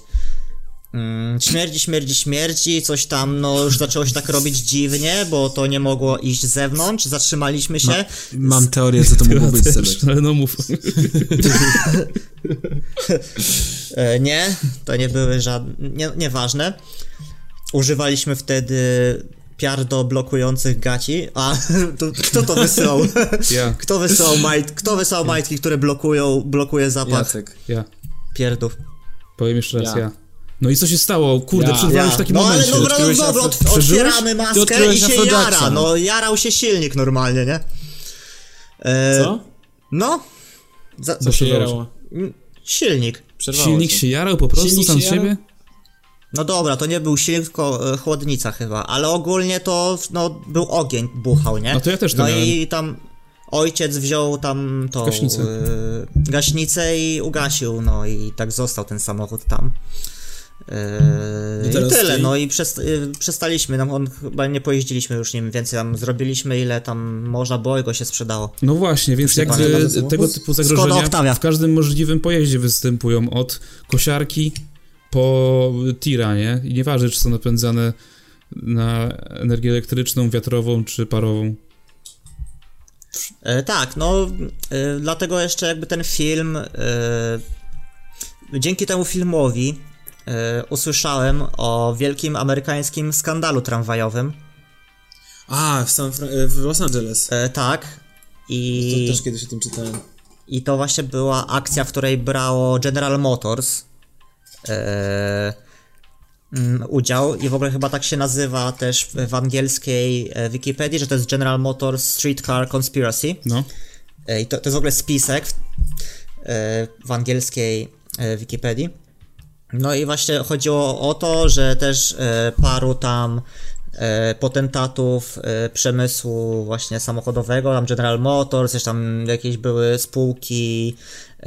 [SPEAKER 2] Śmierdzi, coś tam, już zaczęło się tak robić dziwnie, bo to nie mogło iść z zewnątrz, zatrzymaliśmy się.
[SPEAKER 3] Mam teorię, co to mogło być, Sebek.
[SPEAKER 1] Ale no mów.
[SPEAKER 2] Nie, to nie były żadne, nieważne. Używaliśmy wtedy piar do blokujących gaci. Kto to wysyłał?
[SPEAKER 1] Ja.
[SPEAKER 2] Kto wysyłał majtki, które blokuje zapach?
[SPEAKER 3] Jacek.
[SPEAKER 1] Ja.
[SPEAKER 2] Pierdów.
[SPEAKER 1] Powiem jeszcze raz, ja. No i co się stało? Kurde, przerwałeś w takim momencie.
[SPEAKER 2] Dobra, otwieramy maskę i się jara. Jarał się silnik normalnie, nie?
[SPEAKER 3] Co?
[SPEAKER 2] Co
[SPEAKER 1] się jarało?
[SPEAKER 2] Silnik.
[SPEAKER 1] Silnik się jarał po prostu sam z siebie?
[SPEAKER 2] No dobra, to nie był silnik, tylko chłodnica chyba, ale ogólnie to był ogień, buchał, nie?
[SPEAKER 1] No to ja też to miałem.
[SPEAKER 2] I tam ojciec wziął tam gaśnicę i ugasił, i tak został ten samochód tam. I tyle, i przestaliśmy, chyba nie pojeździliśmy już nim więcej, tam zrobiliśmy ile tam można było i go się sprzedało.
[SPEAKER 1] No właśnie, więc jakby tego typu zagrożenia w każdym możliwym pojeździe występują, od kosiarki po tira, nie? I nieważne, czy są napędzane na energię elektryczną, wiatrową czy parową.
[SPEAKER 2] Tak, dlatego jeszcze jakby ten film, dzięki temu filmowi usłyszałem o wielkim amerykańskim skandalu tramwajowym.
[SPEAKER 3] W Los Angeles.
[SPEAKER 2] Tak.
[SPEAKER 3] To też kiedyś o tym czytałem.
[SPEAKER 2] I to właśnie była akcja, w której brało General Motors udział i w ogóle chyba tak się nazywa też w angielskiej Wikipedii, że to jest General Motors Streetcar Conspiracy.
[SPEAKER 1] No.
[SPEAKER 2] I to jest w ogóle spisek w angielskiej Wikipedii. No i właśnie chodziło o to, że też paru tam potentatów przemysłu właśnie samochodowego, tam General Motors, też tam jakieś były spółki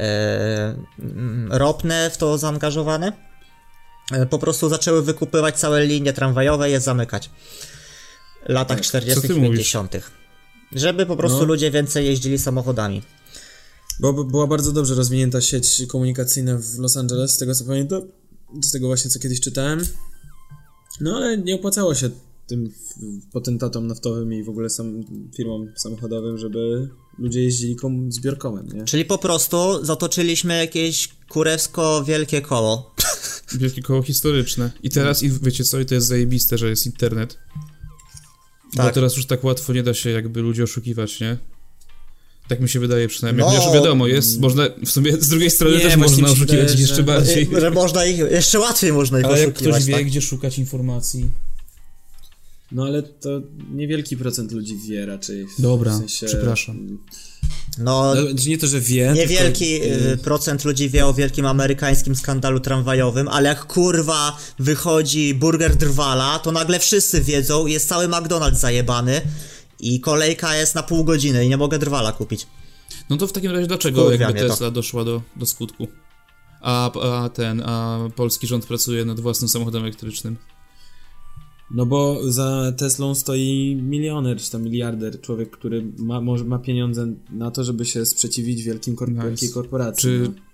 [SPEAKER 2] ropne w to zaangażowane, po prostu zaczęły wykupywać całe linie tramwajowe i je zamykać w latach 40 i 50. Żeby po prostu ludzie więcej jeździli samochodami.
[SPEAKER 3] Bo była bardzo dobrze rozwinięta sieć komunikacyjna w Los Angeles, z tego co pamiętam, z tego właśnie co kiedyś czytałem. No ale nie opłacało się tym potentatom naftowym i w ogóle firmom samochodowym, żeby ludzie jeździli zbiorkomem, nie?
[SPEAKER 2] Czyli po prostu zatoczyliśmy jakieś kurewsko wielkie koło.
[SPEAKER 1] Wielkie koło historyczne. I teraz, i wiecie co, i to jest zajebiste, że jest internet. Tak. Bo teraz już tak łatwo nie da się jakby ludzi oszukiwać, nie? Tak mi się wydaje przynajmniej. No, chociaż wiadomo, można, w sumie z drugiej strony też można oszukiwać jeszcze bardziej.
[SPEAKER 2] Że można ich, jeszcze łatwiej można ich oszukiwać.
[SPEAKER 1] Ale jak ktoś wie, gdzie szukać informacji.
[SPEAKER 3] No ale to niewielki procent ludzi wie raczej.
[SPEAKER 1] Dobra, w sensie, przepraszam.
[SPEAKER 2] No,
[SPEAKER 3] nie to, że wie.
[SPEAKER 2] Niewielki procent ludzi wie o wielkim amerykańskim skandalu tramwajowym, ale jak kurwa wychodzi burger Drwala, to nagle wszyscy wiedzą, jest cały McDonald's zajebany i kolejka jest na pół godziny i nie mogę Drwala kupić.
[SPEAKER 1] No to w takim razie dlaczego jakby Tesla doszła do skutku? A polski rząd pracuje nad własnym samochodem elektrycznym?
[SPEAKER 3] No bo za Teslą stoi milioner, czy tam miliarder, człowiek, który ma pieniądze na to, żeby się sprzeciwić wielkiej korporacji.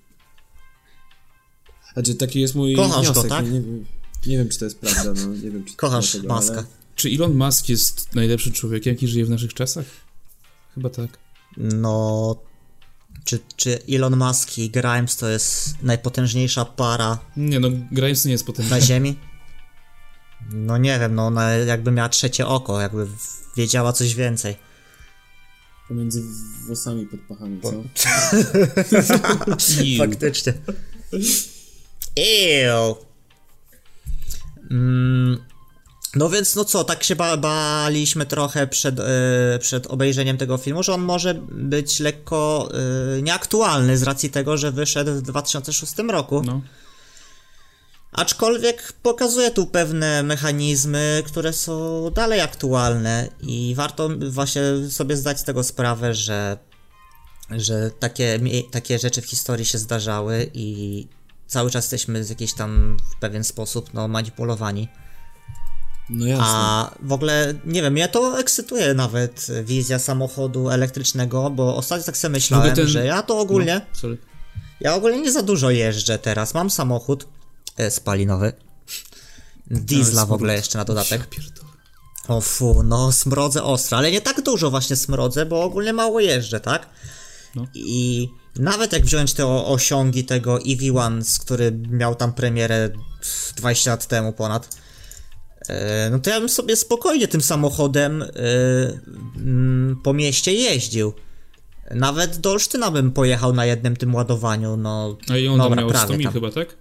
[SPEAKER 3] Znaczy taki jest mój wniosek.
[SPEAKER 2] Go, tak?
[SPEAKER 3] Nie wiem, czy to jest prawda. No, nie wiem, czy
[SPEAKER 2] kochasz Muska.
[SPEAKER 3] Ale...
[SPEAKER 1] Czy Elon Musk jest najlepszym człowiekiem, jaki żyje w naszych czasach? Chyba tak.
[SPEAKER 2] No... Czy Elon Musk i Grimes to jest najpotężniejsza para...
[SPEAKER 1] Nie, no Grimes nie jest potężny.
[SPEAKER 2] ...na ziemi? No nie wiem, no ona jakby miała trzecie oko, jakby wiedziała coś więcej.
[SPEAKER 3] Pomiędzy włosami pod pachami, co?
[SPEAKER 2] Faktycznie. Ew. No więc no co, tak się baliśmy trochę przed obejrzeniem tego filmu, że on może być lekko nieaktualny z racji tego, że wyszedł w 2006 roku. No. Aczkolwiek pokazuje tu pewne mechanizmy, które są dalej aktualne i warto właśnie sobie zdać z tego sprawę, że takie rzeczy w historii się zdarzały i cały czas jesteśmy w jakiś tam w pewien sposób manipulowani.
[SPEAKER 3] No jasne.
[SPEAKER 2] A w ogóle, nie wiem, mnie to ekscytuje nawet wizja samochodu elektrycznego, bo ostatnio tak sobie myślałem, że ja to ogólnie...
[SPEAKER 1] No,
[SPEAKER 2] ja ogólnie nie za dużo jeżdżę teraz, mam samochód spalinowy. Diesla w ogóle jeszcze na dodatek. O fu, no smrodzę ostro, ale nie tak dużo właśnie smrodzę, bo ogólnie mało jeżdżę, tak? No. I nawet jak wziąć te osiągi tego EV1, który miał tam premierę 20 lat temu ponad, no to ja bym sobie spokojnie tym samochodem po mieście jeździł. Nawet do Olsztyna bym pojechał na jednym tym ładowaniu, no.
[SPEAKER 1] A i on tam miał 100 mil chyba, tak?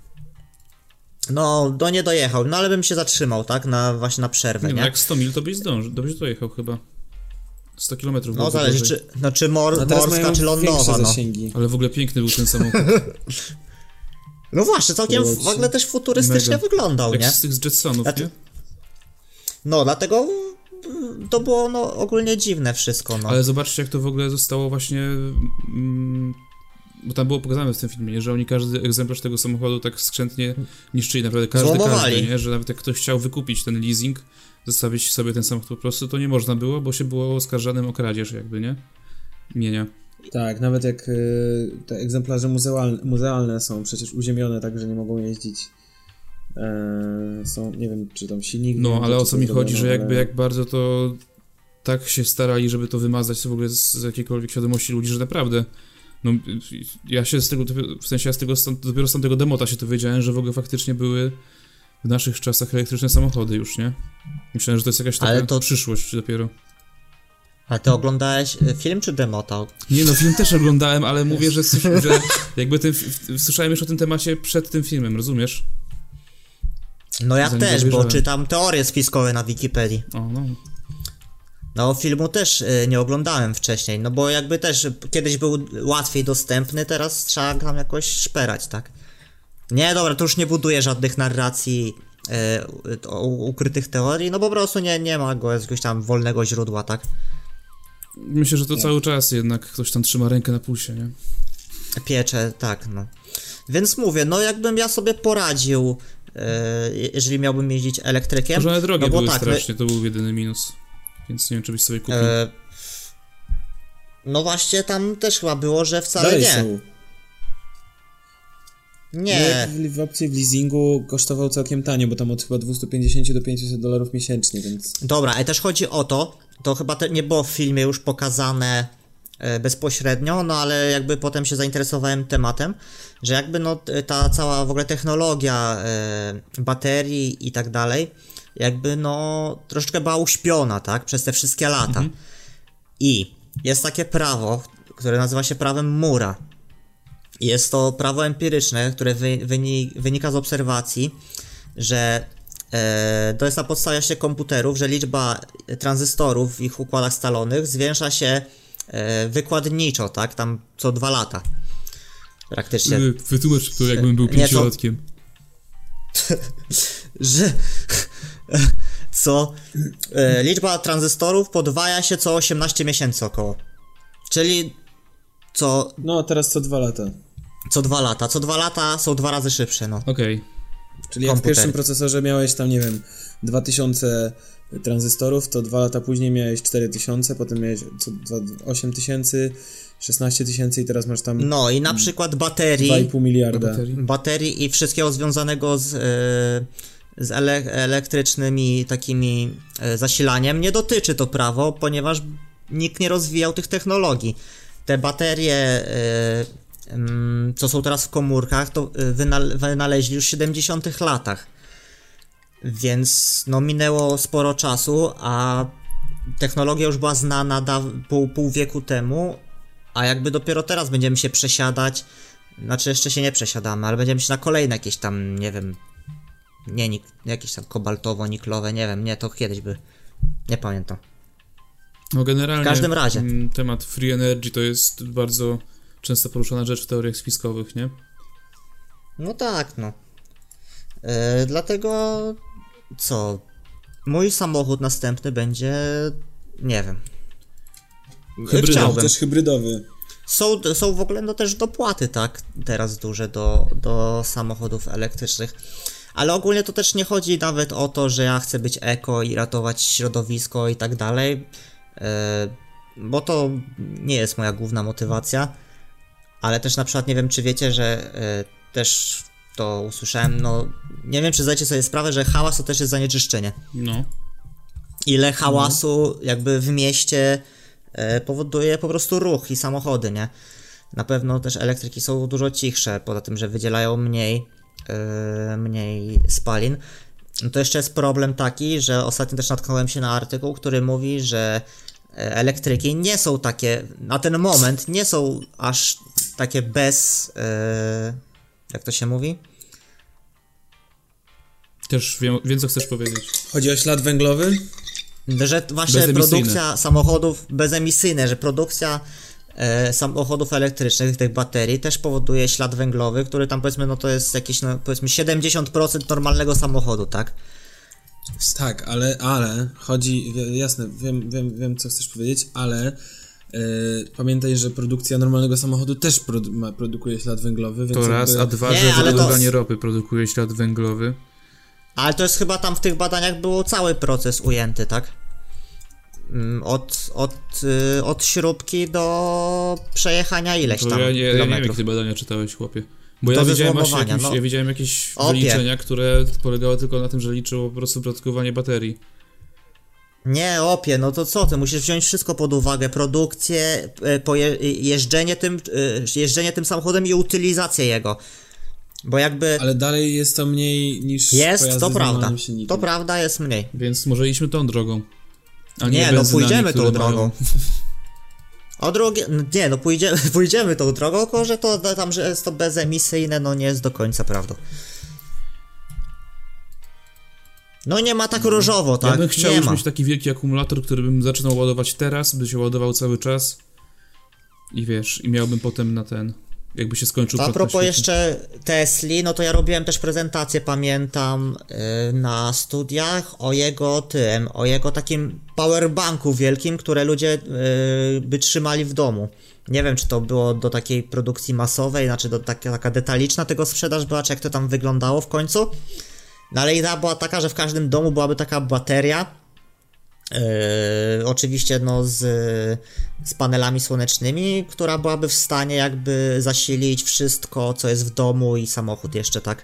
[SPEAKER 2] No, nie dojechał, no ale bym się zatrzymał, tak? Właśnie na przerwę, nie?
[SPEAKER 1] No jak 100 mil to byś zdążył, to byś dojechał chyba. 100 km.
[SPEAKER 2] No zależy, czy morska, czy lądowa, no.
[SPEAKER 1] Ale w ogóle piękny był ten samochód.
[SPEAKER 2] No właśnie, całkiem w ogóle też futurystycznie wyglądał,
[SPEAKER 1] jak
[SPEAKER 2] nie?
[SPEAKER 1] z tych Jetsonów, nie?
[SPEAKER 2] No, dlatego to było ogólnie dziwne wszystko, no.
[SPEAKER 1] Ale zobaczcie, jak to w ogóle zostało właśnie... bo tam było pokazane w tym filmie, że oni każdy egzemplarz tego samochodu tak skrzętnie niszczyli, naprawdę każdy, nie? Że nawet jak ktoś chciał wykupić ten leasing, zostawić sobie ten samochód po prostu, to nie można było, bo się było oskarżanym o kradzież jakby, nie? Mienia.
[SPEAKER 3] Tak, nawet jak te egzemplarze muzealne są przecież uziemione tak, że nie mogą jeździć. Są, nie wiem, czy tam silnik...
[SPEAKER 1] No,
[SPEAKER 3] wiem,
[SPEAKER 1] ale o co mi chodzi, że jakby
[SPEAKER 3] ale...
[SPEAKER 1] jak bardzo to tak się starali, żeby to wymazać w ogóle z jakiejkolwiek świadomości ludzi, że naprawdę... No, ja się z tego, w sensie ja dopiero z tamtego demota się dowiedziałem, że w ogóle faktycznie były w naszych czasach elektryczne samochody już, nie? Myślałem, że to jest jakaś taka przyszłość dopiero.
[SPEAKER 2] Ale ty oglądałeś film czy demota?
[SPEAKER 1] Nie no, film też oglądałem, ale mówię, że jakby słyszałem już o tym temacie przed tym filmem, rozumiesz?
[SPEAKER 2] No ja też, bo czytam teorie spiskowe na Wikipedii.
[SPEAKER 1] O, no.
[SPEAKER 2] No filmu też nie oglądałem wcześniej, no bo jakby też kiedyś był łatwiej dostępny, teraz trzeba tam jakoś szperać, tak? Nie, dobra, to już nie buduję żadnych narracji ukrytych teorii, no po prostu nie ma go jakiegoś tam wolnego źródła, tak?
[SPEAKER 1] Myślę, że to cały czas jednak ktoś tam trzyma rękę na pulsie, nie?
[SPEAKER 2] Piecze, tak, no. Więc mówię, no jakbym ja sobie poradził, jeżeli miałbym jeździć elektrykiem...
[SPEAKER 1] To, że one drogie
[SPEAKER 2] no bo
[SPEAKER 1] były
[SPEAKER 2] tak,
[SPEAKER 1] strasznie, to był jedyny minus. więc nie wiem, czy byś sobie kupił.
[SPEAKER 2] No właśnie, tam też chyba było, że wcale
[SPEAKER 3] Dalej
[SPEAKER 2] nie.
[SPEAKER 3] są.
[SPEAKER 2] Nie.
[SPEAKER 3] W opcji w leasingu kosztował całkiem tanio, bo tam od chyba 250 do 500 dolarów miesięcznie, więc...
[SPEAKER 2] Dobra, ale też chodzi o to chyba nie było w filmie już pokazane bezpośrednio, no ale jakby potem się zainteresowałem tematem, że jakby no ta cała w ogóle technologia baterii i tak dalej, jakby no troszeczkę była uśpiona, tak, przez te wszystkie lata. I jest takie prawo, które nazywa się prawem Moore'a. Jest to prawo empiryczne, które wynika z obserwacji, że to jest na podstawie właśnie komputerów, że liczba tranzystorów w ich układach scalonych zwiększa się wykładniczo, tak, tam co 2 lata. Praktycznie.
[SPEAKER 1] Wytłumacz to, jakbym był 5-latkiem.
[SPEAKER 2] Że liczba tranzystorów podwaja się co 18 miesięcy około. Czyli co...
[SPEAKER 3] No, teraz co 2 lata.
[SPEAKER 2] Co 2 lata. Co 2 lata są 2 razy szybsze, no.
[SPEAKER 1] Okej.
[SPEAKER 3] Czyli jak w pierwszym procesorze miałeś tam, nie wiem, 2000 tranzystorów, to 2 lata później miałeś 4000, potem miałeś 8000, 16 tysięcy i teraz masz tam...
[SPEAKER 2] No i na przykład baterii...
[SPEAKER 3] 2,5 miliarda.
[SPEAKER 2] Baterii i wszystkiego związanego z elektrycznymi takimi zasilaniem nie dotyczy to prawo, ponieważ nikt nie rozwijał tych technologii. Te baterie, co są teraz w komórkach, to wynaleźli już w 70 latach. Więc no minęło sporo czasu, a technologia już była znana pół wieku temu, a jakby dopiero teraz będziemy się przesiadać, znaczy jeszcze się nie przesiadamy, ale będziemy się na kolejne jakieś tam, nie wiem, jakieś tam kobaltowo-niklowe, nie wiem, to kiedyś by, nie pamiętam.
[SPEAKER 1] No generalnie
[SPEAKER 2] w każdym razie
[SPEAKER 1] temat free energy to jest bardzo często poruszana rzecz w teoriach spiskowych, nie?
[SPEAKER 2] No tak, no. Dlatego co? Mój samochód następny będzie, nie wiem.
[SPEAKER 1] Hybrydowy.
[SPEAKER 3] Też hybrydowy.
[SPEAKER 2] Są w ogóle no też dopłaty, tak, teraz duże do samochodów elektrycznych. Ale ogólnie to też nie chodzi nawet o to, że ja chcę być eko i ratować środowisko i tak dalej, bo to nie jest moja główna motywacja. Ale też na przykład nie wiem, czy wiecie, że też to usłyszałem, no nie wiem, czy zdajecie sobie sprawę, że hałas to też jest zanieczyszczenie.
[SPEAKER 1] No.
[SPEAKER 2] Ile hałasu jakby w mieście powoduje po prostu ruch i samochody, nie? Na pewno też elektryki są dużo cichsze, poza tym, że wydzielają mniej spalin. No to jeszcze jest problem taki, że ostatnio też natknąłem się na artykuł, który mówi, że elektryki nie są takie, na ten moment nie są aż takie bez, jak to się mówi?
[SPEAKER 1] Też wiem, co chcesz powiedzieć.
[SPEAKER 3] Chodzi o ślad węglowy?
[SPEAKER 2] Że właśnie produkcja samochodów bezemisyjne, że produkcja samochodów elektrycznych, tych baterii też powoduje ślad węglowy, który tam powiedzmy, no to jest jakieś, no powiedzmy 70% normalnego samochodu, tak?
[SPEAKER 3] Tak, ale chodzi, jasne, wiem co chcesz powiedzieć, ale pamiętaj, że produkcja normalnego samochodu też produkuje ślad węglowy, więc
[SPEAKER 1] to raz, a dwa, że wydobywanie ropy produkuje ślad węglowy.
[SPEAKER 2] Ale to jest chyba tam w tych badaniach było cały proces ujęty, tak? Od śrubki do przejechania ileś tam
[SPEAKER 1] ja nie wiem, jak te badania czytałeś, chłopie. Bo ja widziałem jakieś wyliczenia, które polegały tylko na tym, że liczyło po prostu produkowanie baterii.
[SPEAKER 2] Nie, no to co ty, musisz wziąć wszystko pod uwagę, produkcję, jeżdżenie tym samochodem i utylizację jego. Bo jakby...
[SPEAKER 3] Ale dalej jest to mniej niż
[SPEAKER 2] jest, to prawda. To prawda, jest mniej.
[SPEAKER 1] Więc może idźmy tą drogą.
[SPEAKER 2] A nie, no pójdziemy tą drogą. Pójdziemy tą drogą, tylko że to tam, że jest to bezemisyjne, no nie jest do końca prawdą. No nie ma tak różowo, tak?
[SPEAKER 1] Ja bym chciał już mieć taki wielki akumulator, który bym zaczynał ładować teraz, by się ładował cały czas. I wiesz, i miałbym potem na ten... jakby się skończył.
[SPEAKER 2] A propos jeszcze Tesli, no to ja robiłem też prezentację, pamiętam, na studiach o jego takim powerbanku wielkim, które ludzie by trzymali w domu. Nie wiem, czy to było do takiej produkcji masowej, znaczy do taka detaliczna tego sprzedaż była, czy jak to tam wyglądało w końcu. No ale idea była taka, że w każdym domu byłaby taka bateria Oczywiście no z panelami słonecznymi, która byłaby w stanie jakby zasilić wszystko, co jest w domu i samochód jeszcze, tak?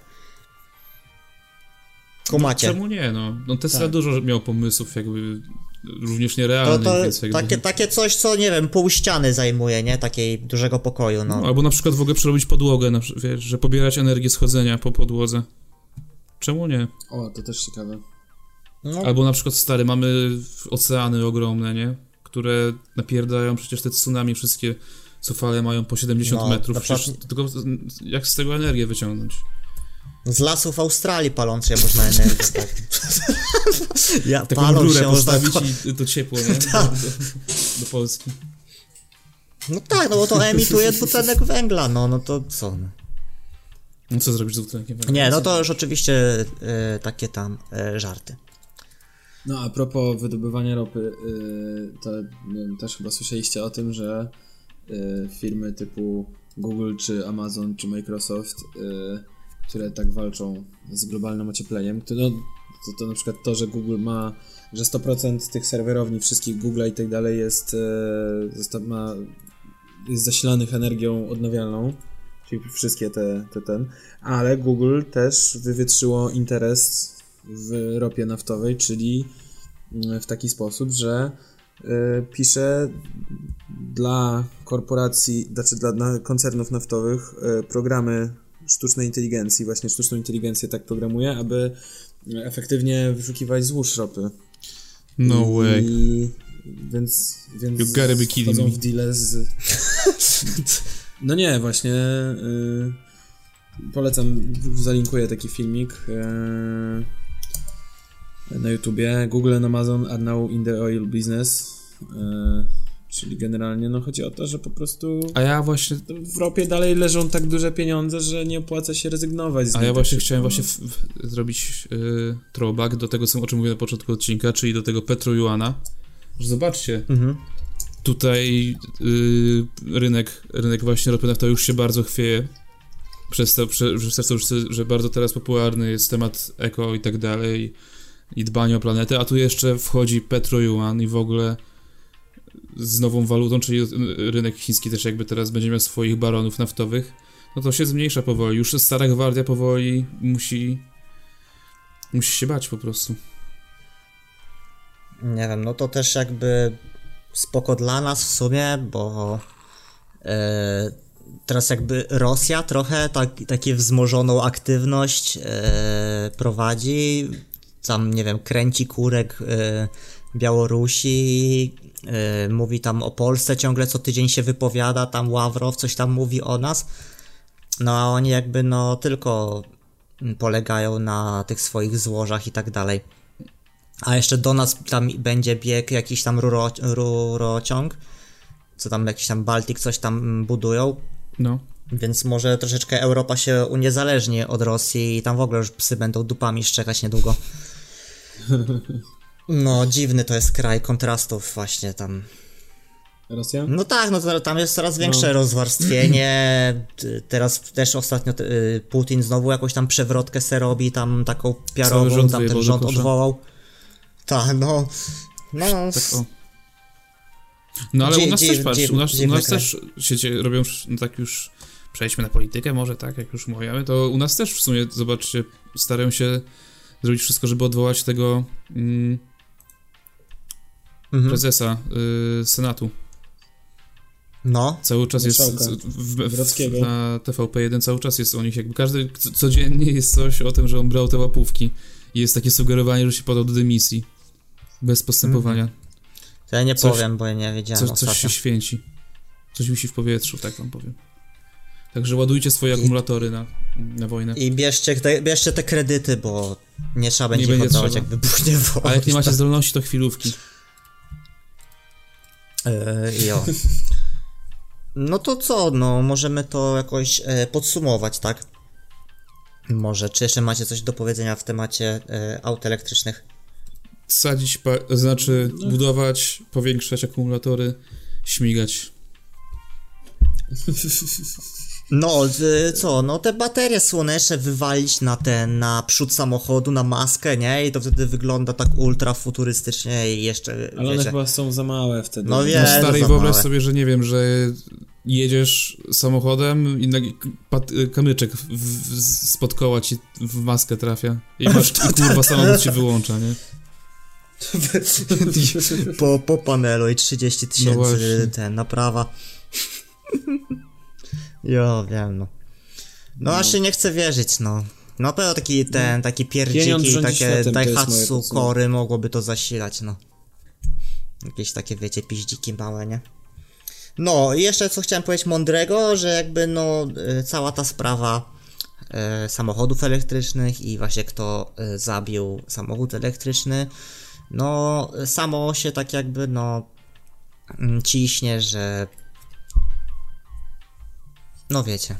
[SPEAKER 2] Kumacie.
[SPEAKER 1] Czemu nie, no? No Tesla
[SPEAKER 3] Tak.
[SPEAKER 1] dużo miał pomysłów jakby również nierealnych,
[SPEAKER 2] To
[SPEAKER 1] więc jakby...
[SPEAKER 2] takie coś, co nie wiem, pół ściany zajmuje, nie? Takiej dużego pokoju, no.
[SPEAKER 1] Albo na przykład w ogóle przerobić podłogę, wiesz, że pobierać energię schodzenia po podłodze. Czemu nie?
[SPEAKER 3] O, to też ciekawe.
[SPEAKER 2] No,
[SPEAKER 1] Albo na przykład, stary, mamy oceany ogromne, nie? Które napierdają przecież te tsunami wszystkie, co fale mają po 70
[SPEAKER 2] No,
[SPEAKER 1] metrów.
[SPEAKER 2] na przykład-
[SPEAKER 1] Przecież tylko jak z tego energię wyciągnąć?
[SPEAKER 2] z lasów Australii paląc się można energię, tak.
[SPEAKER 1] Taką
[SPEAKER 2] paląc
[SPEAKER 1] rurę
[SPEAKER 2] się można
[SPEAKER 1] postawić i to ciepło, nie? Do Polski.
[SPEAKER 2] No tak, no bo to emituje dwutlenek węgla, no to co? No.
[SPEAKER 1] No co zrobisz z dwutlenkiem węgla?
[SPEAKER 2] Nie, no to już oczywiście takie tam żarty.
[SPEAKER 3] No a propos wydobywania ropy, to nie wiem, też chyba słyszeliście o tym, że firmy typu Google, czy Amazon, czy Microsoft, które tak walczą z globalnym ociepleniem, to na przykład to, że Google ma, że 100% tych serwerowni wszystkich Google'a i tak dalej jest zasilanych energią odnawialną, czyli wszystkie ale Google też wywietrzyło interes w ropie naftowej, czyli w taki sposób, że pisze dla korporacji, znaczy dla koncernów naftowych programy sztucznej inteligencji, właśnie sztuczną inteligencję tak programuje, aby efektywnie wyszukiwać złóż ropy.
[SPEAKER 1] No way.
[SPEAKER 3] Więc
[SPEAKER 1] You gotta be kidding
[SPEAKER 3] wchodzą
[SPEAKER 1] me.
[SPEAKER 3] w deale z... No nie, właśnie polecam, zalinkuję taki filmik na YouTubie. Google and Amazon are now in the oil business. Czyli generalnie no chodzi o to, że po prostu
[SPEAKER 1] A ja właśnie...
[SPEAKER 3] w ropie dalej leżą tak duże pieniądze, że nie opłaca się rezygnować z
[SPEAKER 1] A
[SPEAKER 3] nich
[SPEAKER 1] ja
[SPEAKER 3] tak
[SPEAKER 1] właśnie
[SPEAKER 3] szybko,
[SPEAKER 1] chciałem
[SPEAKER 3] no.
[SPEAKER 1] właśnie zrobić throwback do tego, o czym mówiłem na początku odcinka, czyli do tego Petro-Juana. Że zobaczcie, tutaj rynek właśnie ropy naftowej już się bardzo chwieje. Przez to, że bardzo teraz popularny jest temat eko i tak dalej i dbanie o planetę, a tu jeszcze wchodzi Petro-Juan i w ogóle z nową walutą, czyli rynek chiński też jakby teraz będzie miał swoich baronów naftowych, no to się zmniejsza powoli. Już stara gwardia powoli musi się bać po prostu.
[SPEAKER 2] Nie wiem, no to też jakby spoko dla nas w sumie, bo teraz jakby Rosja trochę takie wzmożoną aktywność prowadzi, tam nie wiem, kręci kurek Białorusi, mówi tam o Polsce ciągle co tydzień się wypowiada, tam Ławrow coś tam mówi o nas, no a oni jakby no tylko polegają na tych swoich złożach i tak dalej. A jeszcze do nas tam będzie bieg jakiś tam rurociąg, co tam jakiś tam Baltic coś tam budują,
[SPEAKER 1] No.
[SPEAKER 2] więc może troszeczkę Europa się uniezależni od Rosji i tam w ogóle już psy będą dupami szczekać niedługo. No dziwny to jest kraj kontrastów właśnie tam.
[SPEAKER 3] Rosja?
[SPEAKER 2] No tak, no to tam jest coraz większe rozwarstwienie, teraz też ostatnio Putin znowu jakąś tam przewrotkę se robi, tam taką piarową,
[SPEAKER 1] rząd
[SPEAKER 2] tam ten
[SPEAKER 1] wyjebał
[SPEAKER 2] rząd
[SPEAKER 1] do kosza.
[SPEAKER 2] odwołał. Tak, no.
[SPEAKER 1] Tak, o. No ale u nas też, patrz, u nas
[SPEAKER 2] dziwny
[SPEAKER 1] też się robią, no tak już przejdźmy na politykę może, tak, jak już mówimy, to u nas też w sumie, zobaczcie, starają się zrobić wszystko, żeby odwołać tego prezesa Senatu.
[SPEAKER 2] No.
[SPEAKER 1] Cały czas jest
[SPEAKER 3] Wrockiego.
[SPEAKER 1] na TVP1 cały czas jest o nich, jakby każdy codziennie jest coś o tym, że on brał te łapówki i jest takie sugerowanie, że się podał do dymisji bez postępowania.
[SPEAKER 2] To ja nie powiem, bo ja nie wiedziałem
[SPEAKER 1] Coś się święci. Coś wisi w powietrzu, tak wam powiem. Także ładujcie swoje akumulatory na wojnę.
[SPEAKER 2] I bierzcie te kredyty, bo nie trzeba będzie
[SPEAKER 1] będzie
[SPEAKER 2] ich oddawać,
[SPEAKER 1] trzeba.
[SPEAKER 2] jak wybuchnie wojna.
[SPEAKER 1] A jak nie macie zdolności, to chwilówki.
[SPEAKER 2] Jo. No to co, no możemy to jakoś podsumować, tak? Może, czy jeszcze macie coś do powiedzenia w temacie aut elektrycznych?
[SPEAKER 1] Sadzić, znaczy budować, powiększać akumulatory, śmigać.
[SPEAKER 2] No, co, no te baterie słoneczne wywalić na przód samochodu, na maskę, nie? I to wtedy wygląda tak ultra futurystycznie i jeszcze,
[SPEAKER 3] Ale one chyba są za małe wtedy.
[SPEAKER 2] No
[SPEAKER 1] No stary, wyobraź sobie, że nie wiem, że jedziesz samochodem i kamyczek spod koła ci w maskę trafia i masz, i kurwa samochód się wyłącza, nie?
[SPEAKER 2] po panelu i 30 000 naprawa. Jo, wiem, no. No aż się nie chcę wierzyć, no. Na pewno taki pierdziki, takie Daihatsu Kory mogłoby to zasilać, no. Jakieś takie, wiecie, piździki małe, nie? No i jeszcze co chciałem powiedzieć mądrego, że jakby no cała ta sprawa samochodów elektrycznych i właśnie kto zabił samochód elektryczny, no samo się tak jakby no ciśnie, że no wiecie.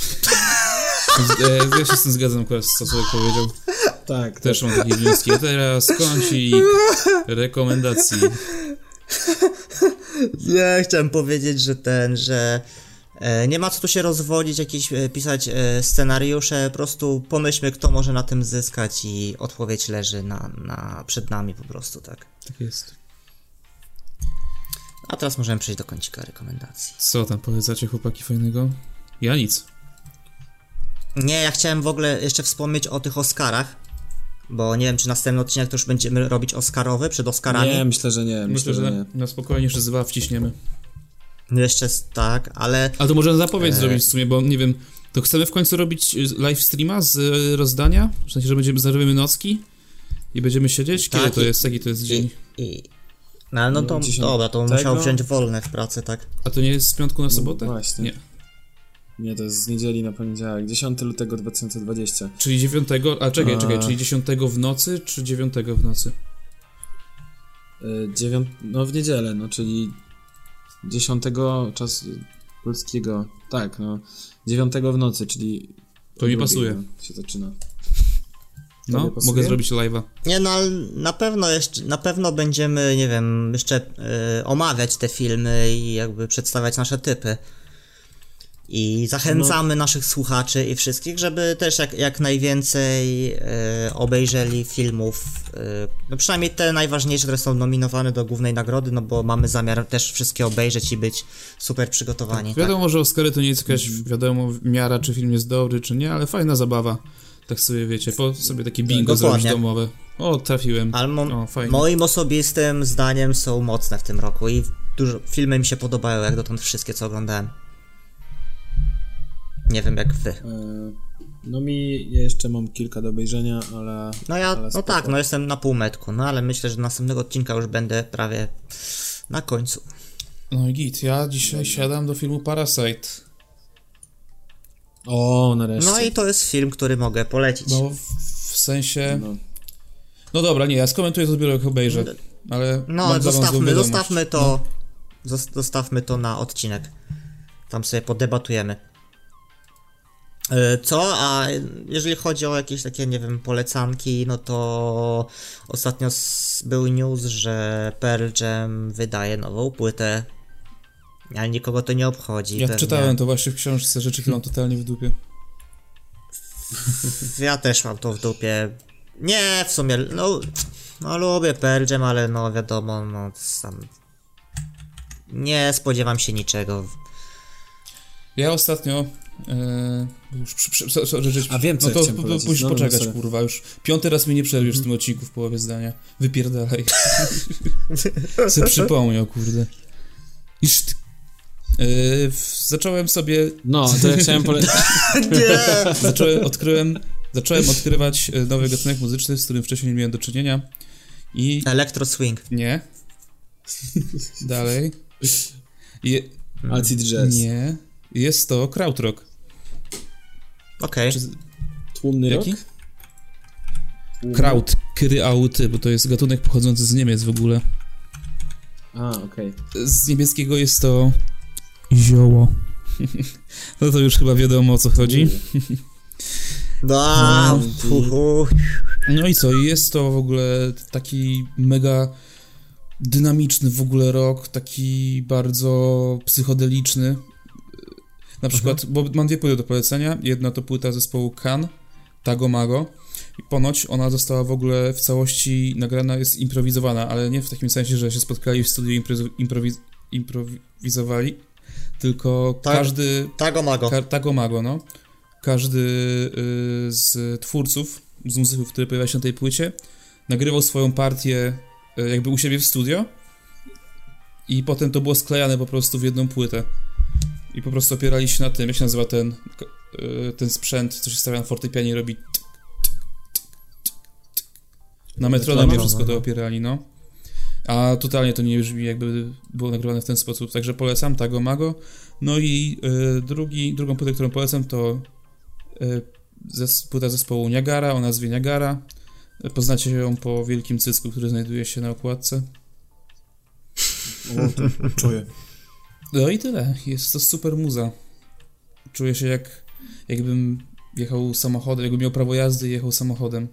[SPEAKER 1] Ja się z tym zgadzam, co sobie powiedział.
[SPEAKER 3] Tak.
[SPEAKER 1] Też mam takie wnioski. A teraz kącik rekomendacji.
[SPEAKER 2] Ja chciałem powiedzieć, że nie ma co tu się rozwodzić, pisać scenariusze, po prostu pomyślmy, kto może na tym zyskać i odpowiedź leży przed nami po prostu, tak.
[SPEAKER 1] Tak jest.
[SPEAKER 2] A teraz możemy przejść do kącika rekomendacji.
[SPEAKER 1] Co tam polecacie, chłopaki, fajnego? Ja nic.
[SPEAKER 2] Nie, ja chciałem w ogóle jeszcze wspomnieć o tych Oscarach, bo nie wiem, czy następny odcinek to już będziemy robić Oscarowy przed Oscarami.
[SPEAKER 3] Nie, myślę, że nie.
[SPEAKER 1] Myślę, że na spokojnie jeszcze z 2 wciśniemy.
[SPEAKER 2] Jeszcze tak, ale...
[SPEAKER 1] Ale to możemy zapowiedź zrobić w sumie, bo nie wiem, to chcemy w końcu robić live streama z rozdania? W sensie, że zarobimy nocki i będziemy siedzieć? Kiedy
[SPEAKER 2] tak,
[SPEAKER 1] to jest? Jaki to jest dzień?
[SPEAKER 2] No to dobra, to musiał wziąć wolne w pracy, tak?
[SPEAKER 1] A to nie jest z piątku na sobotę?
[SPEAKER 3] No właśnie.
[SPEAKER 1] Nie.
[SPEAKER 3] Nie, to jest z niedzieli na poniedziałek, 10 lutego 2020.
[SPEAKER 1] Czyli 9, czekaj, czyli 10 w nocy, czy 9 w nocy?
[SPEAKER 3] 9, no w niedzielę, no czyli 10 czasu polskiego, tak, no 9 w nocy, czyli...
[SPEAKER 1] To mi pasuje.
[SPEAKER 3] Się zaczyna.
[SPEAKER 1] No, mogę zrobić live'a.
[SPEAKER 2] Nie, no ale na pewno będziemy, nie wiem, jeszcze omawiać te filmy i jakby przedstawiać nasze typy. I zachęcamy naszych słuchaczy i wszystkich, żeby też jak najwięcej obejrzeli filmów, no przynajmniej te najważniejsze, które są nominowane do głównej nagrody, no bo mamy zamiar też wszystkie obejrzeć i być super przygotowani.
[SPEAKER 1] Tak, wiadomo, że Oscary to nie jest jakaś, wiadomo, miara, czy film jest dobry, czy nie, ale fajna zabawa. Tak sobie, wiecie, sobie takie bingo zrobić domowe. O, trafiłem.
[SPEAKER 2] Ale
[SPEAKER 1] fajnie.
[SPEAKER 2] Moim osobistym zdaniem są mocne w tym roku i dużo filmy mi się podobają, jak dotąd wszystkie, co oglądałem. Nie wiem jak wy.
[SPEAKER 3] No ja jeszcze mam kilka do obejrzenia, ale...
[SPEAKER 2] No tak, jestem na półmetku, no ale myślę, że do następnego odcinka już będę prawie na końcu.
[SPEAKER 1] No i git, ja dzisiaj siadam do filmu Parasite.
[SPEAKER 3] O, nareszcie.
[SPEAKER 2] No i to jest film, który mogę polecić.
[SPEAKER 1] No, w sensie... No dobra, nie, ja skomentuję to dopiero jak obejrzę, ale...
[SPEAKER 2] No, zostawmy to na odcinek. Tam sobie podebatujemy. A jeżeli chodzi o jakieś takie, nie wiem, polecanki, no to ostatnio był news, że Pearl Jam wydaje nową płytę, ale nikogo to nie obchodzi.
[SPEAKER 1] Ja czytałem to właśnie w książce, rzeczy, które mam totalnie w dupie.
[SPEAKER 2] Ja też mam to w dupie. Nie, w sumie, no lubię Pearl Jam, ale no wiadomo, no sam nie spodziewam się niczego.
[SPEAKER 1] Ja ostatnio
[SPEAKER 3] A wiem, co chciałem powiedzieć.
[SPEAKER 1] Musisz poczekać, kurwa, już 5. raz mnie nie przerwiesz w tym odcinku w połowie zdania. Wypierdalaj. Se przypomniał, kurde. Zacząłem sobie...
[SPEAKER 3] No, to ja chciałem polecić...
[SPEAKER 1] Zacząłem odkrywać nowy gatunek muzyczny, z którym wcześniej nie miałem do czynienia.
[SPEAKER 2] Electro Swing.
[SPEAKER 1] Nie. Dalej.
[SPEAKER 3] Acid Jazz.
[SPEAKER 1] Nie. Jest to krautrock.
[SPEAKER 2] Okej.
[SPEAKER 3] Tłumny
[SPEAKER 1] Jaki?
[SPEAKER 3] rock?
[SPEAKER 1] Kraut, kryauty, bo to jest gatunek pochodzący z Niemiec w ogóle.
[SPEAKER 3] Okej.
[SPEAKER 1] Z niemieckiego jest to zioło. No to już chyba wiadomo, o co chodzi. No i co, jest to w ogóle taki mega dynamiczny w ogóle rock, taki bardzo psychodeliczny. Na przykład, bo mam 2 płyty do polecenia. Jedna to płyta zespołu Kan, Tago Mago. I ponoć ona została w ogóle w całości nagrana, jest improwizowana, ale nie w takim sensie, że się spotkali w studiu improwizowali, tylko każdy... Tago Mago, no. Każdy z twórców, z muzyków, który pojawia się na tej płycie, nagrywał swoją partię jakby u siebie w studio i potem to było sklejane po prostu w jedną płytę. I po prostu opierali się na tym, jak się nazywa ten sprzęt, co się stawia na fortepianie i robi na metronomie wszystko to opierali, no. A totalnie to nie brzmi, jakby było nagrywane w ten sposób, także polecam Tago Mago. No i drugą płytę, którą polecam, to płyta zespołu Niagara o nazwie Niagara. Poznacie ją po wielkim cycku, który znajduje się na okładce.
[SPEAKER 3] O, to czuję.
[SPEAKER 1] No i tyle. Jest to super muza. Czuję się jakbym jechał samochodem, jakbym miał prawo jazdy i jechał samochodem.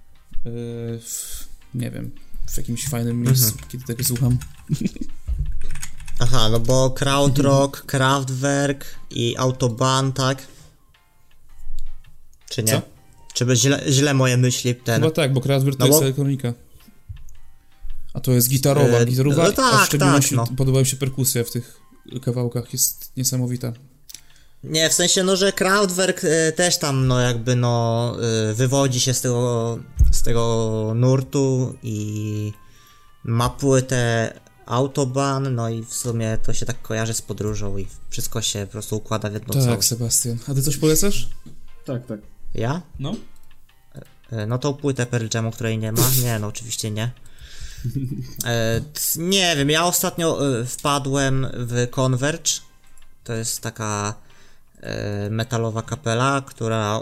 [SPEAKER 1] Nie wiem, w jakimś fajnym miejscu, kiedy tego słucham.
[SPEAKER 2] Aha, no bo Krautrock, Kraftwerk i Autobahn, tak? Czy nie?
[SPEAKER 1] Co?
[SPEAKER 2] Czy by źle moje myśli
[SPEAKER 1] Chyba tak, bo Kraftwerk to jest elektronika. A to jest gitarowa.
[SPEAKER 2] No tak,
[SPEAKER 1] a w szczególności
[SPEAKER 2] tak, no.
[SPEAKER 1] podoba mi się perkusja w tych kawałkach, jest niesamowita.
[SPEAKER 2] Nie, w sensie, no, że Kraftwerk też tam, no, jakby, no, wywodzi się z tego nurtu i ma płytę Autobahn, no i w sumie to się tak kojarzy z podróżą i wszystko się po prostu układa w jedną całość.
[SPEAKER 1] Tak, Sebastian. A ty coś polecasz?
[SPEAKER 3] Tak.
[SPEAKER 2] Ja?
[SPEAKER 1] No.
[SPEAKER 2] No tą płytę Pearl Jamu, której nie ma? Nie, no oczywiście nie. Nie wiem, ja ostatnio wpadłem w Converge. To jest taka metalowa kapela, która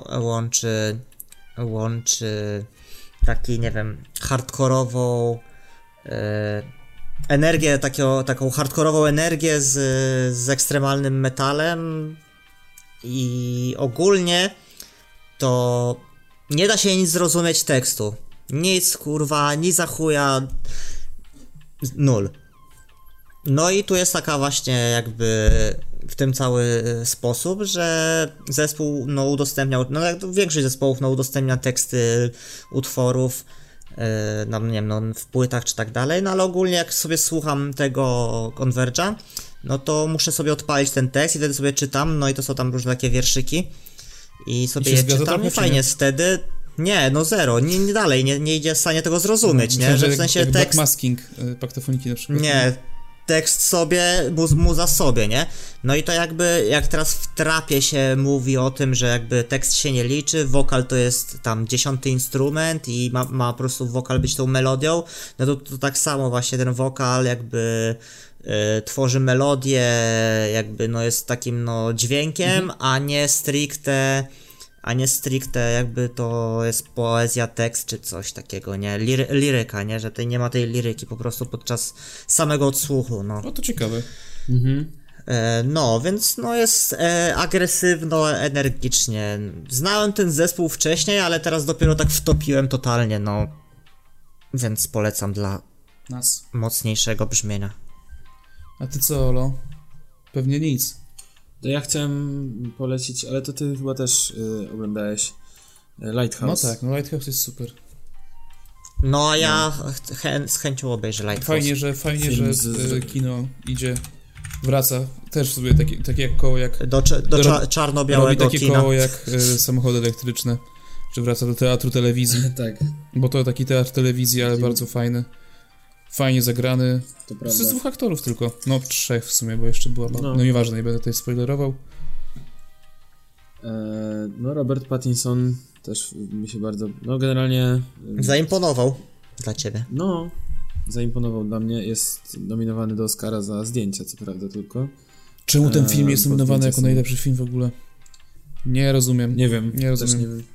[SPEAKER 2] łączy taki, nie wiem, hardkorową energię, taką hardkorową energię z ekstremalnym metalem i ogólnie to nie da się nic zrozumieć tekstu. Nic, kurwa, ni za chuja, nul. No i tu jest taka właśnie jakby w tym cały sposób, że zespół, no, udostępniał, no jak większość zespołów, no, udostępnia teksty utworów, no, nie wiem, no, w płytach czy tak dalej, no ale ogólnie jak sobie słucham tego Converge'a, no to muszę sobie odpalić ten tekst i wtedy sobie czytam, no i to są tam różne takie wierszyki i sobie je czytam i fajnie jest wtedy. Nie, no zero, nie dalej, nie idzie w stanie tego zrozumieć, nie? Że w sensie
[SPEAKER 1] jak
[SPEAKER 2] tekst...
[SPEAKER 1] Backmasking, Paktofoniki na przykład.
[SPEAKER 2] Nie, tekst sobie, muza sobie, nie? No i to jakby, jak teraz w trapie się mówi o tym, że jakby tekst się nie liczy, wokal to jest tam 10. instrument i ma po prostu wokal być tą melodią, no to tak samo właśnie ten wokal jakby tworzy melodię, jakby no jest takim no dźwiękiem, a nie stricte jakby to jest poezja, tekst czy coś takiego, nie? Liryka, nie? Że tutaj nie ma tej liryki po prostu podczas samego odsłuchu, no.
[SPEAKER 1] No to ciekawe.
[SPEAKER 2] No, więc no jest agresywno, energicznie. Znałem ten zespół wcześniej, ale teraz dopiero tak wtopiłem totalnie, no. Więc polecam dla
[SPEAKER 1] nas
[SPEAKER 2] mocniejszego brzmienia.
[SPEAKER 1] A ty co, Olo? Pewnie nic.
[SPEAKER 3] To ja chciałem polecić, ale to ty chyba też oglądałeś Lighthouse.
[SPEAKER 1] No tak, no Lighthouse jest super.
[SPEAKER 2] No a ja z chęcią obejrzę Lighthouse.
[SPEAKER 1] Fajnie, że kino wraca też sobie takie jak koło jak...
[SPEAKER 2] Do czarno-białego
[SPEAKER 1] robi takie
[SPEAKER 2] kina.
[SPEAKER 1] koło jak samochody elektryczne, że wraca do teatru telewizji.
[SPEAKER 3] Tak.
[SPEAKER 1] Bo to taki teatr telewizji, ale bardzo fajny. Fajnie zagrany.
[SPEAKER 3] To prawda.
[SPEAKER 1] Z 2 aktorów tylko. No 3 w sumie, bo jeszcze była... No nieważne, nie będę tutaj spoilerował.
[SPEAKER 3] No Robert Pattinson też mi się bardzo... No generalnie...
[SPEAKER 2] Zaimponował dla ciebie.
[SPEAKER 3] No, zaimponował dla mnie. Jest nominowany do Oscara za zdjęcia, co prawda tylko.
[SPEAKER 1] Czemu ten film jest nominowany jako najlepszy film w ogóle? Nie rozumiem.
[SPEAKER 3] Nie wiem.
[SPEAKER 1] Też nie wiem.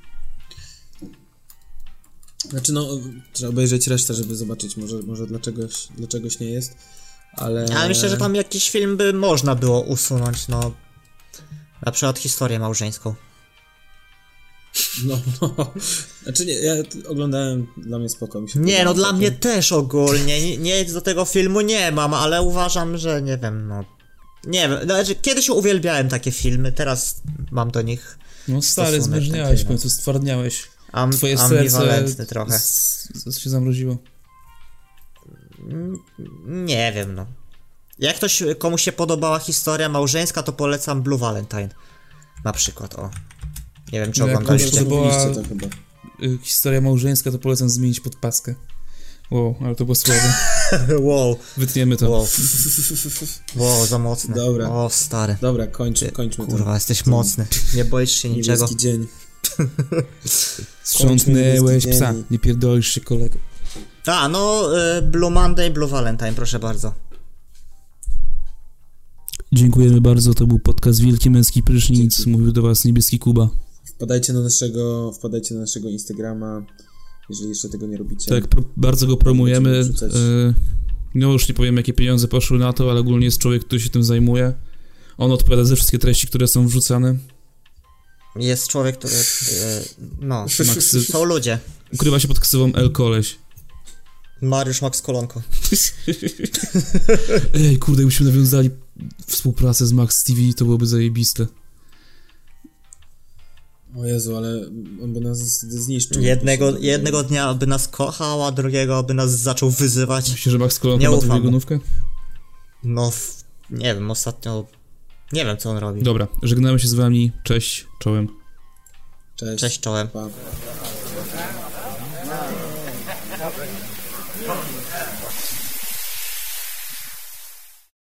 [SPEAKER 3] Znaczy no, trzeba obejrzeć resztę, żeby zobaczyć, może dlaczegoś nie jest, ale...
[SPEAKER 2] Ale myślę, że tam jakiś film by można było usunąć, no. Na przykład historię małżeńską.
[SPEAKER 3] No. Znaczy nie, ja oglądałem, dla mnie spoko mi się
[SPEAKER 2] nie, no dla mnie też ogólnie, nic do tego filmu nie mam, ale uważam, że nie wiem, no. Nie wiem, znaczy kiedyś uwielbiałem takie filmy, teraz mam do nich
[SPEAKER 1] No stary,
[SPEAKER 2] stosunek
[SPEAKER 1] zmężniałeś,
[SPEAKER 2] taki,
[SPEAKER 1] w końcu stwardniałeś. Twoje
[SPEAKER 2] ambiwalentny
[SPEAKER 1] serce
[SPEAKER 2] trochę.
[SPEAKER 1] się zamroziło.
[SPEAKER 2] Nie wiem, no. Jak komuś się podobała historia małżeńska, to polecam Blue Valentine. Na przykład, o. Nie wiem, czy
[SPEAKER 1] Jak
[SPEAKER 2] oglądaliście.
[SPEAKER 1] komuś podobała
[SPEAKER 3] Mówiliście to chyba.
[SPEAKER 1] historia małżeńska, to polecam zmienić podpaskę. Wow, ale to było słabe.
[SPEAKER 2] Wow,
[SPEAKER 1] Wytniemy to.
[SPEAKER 2] wow, za mocne.
[SPEAKER 3] Dobra.
[SPEAKER 2] O, stary.
[SPEAKER 3] Dobra, kończmy to.
[SPEAKER 2] Kurwa, jesteś mocny. Nie boisz się niczego.
[SPEAKER 3] Niebieski dzień.
[SPEAKER 1] Sprzątnęłeś
[SPEAKER 3] Kończmy
[SPEAKER 1] psa,
[SPEAKER 3] dzień.
[SPEAKER 1] nie pierdolisz się, kolego.
[SPEAKER 2] A, no, Blue Monday, Blue Valentine, proszę bardzo.
[SPEAKER 1] Dziękujemy bardzo, to był podcast Wielki Męski Prysznic.
[SPEAKER 3] Dzięki.
[SPEAKER 1] Mówił do was Niebieski Kuba.
[SPEAKER 3] Wpadajcie na naszego Instagrama, jeżeli jeszcze tego nie robicie.
[SPEAKER 1] Tak, bardzo go promujemy.
[SPEAKER 3] Będziemy wrzucać.
[SPEAKER 1] No już nie powiem, jakie pieniądze poszły na to, ale ogólnie jest człowiek, który się tym zajmuje. On odpowiada za wszystkie treści, które są wrzucane.
[SPEAKER 2] Jest człowiek, który... no,
[SPEAKER 1] Maksy...
[SPEAKER 2] są ludzie.
[SPEAKER 1] Ukrywa się pod ksywą L Koleś.
[SPEAKER 2] Mariusz Max Kolonko.
[SPEAKER 1] Ej, kurde, byśmy nawiązali współpracę z Max TV, to byłoby zajebiste.
[SPEAKER 3] O Jezu, ale on by nas zniszczył.
[SPEAKER 2] Jednego dnia by nas kochał, a drugiego by nas zaczął wyzywać.
[SPEAKER 1] Myślisz, że Max Kolonko
[SPEAKER 2] Nie
[SPEAKER 1] ma
[SPEAKER 2] ufam
[SPEAKER 1] drugiego
[SPEAKER 2] mu.
[SPEAKER 1] nówkę?
[SPEAKER 2] No, nie wiem, ostatnio... Nie wiem, co on robi.
[SPEAKER 1] Dobra, żegnamy się z wami. Cześć, czołem.
[SPEAKER 3] Cześć,
[SPEAKER 2] czołem.
[SPEAKER 3] Pa.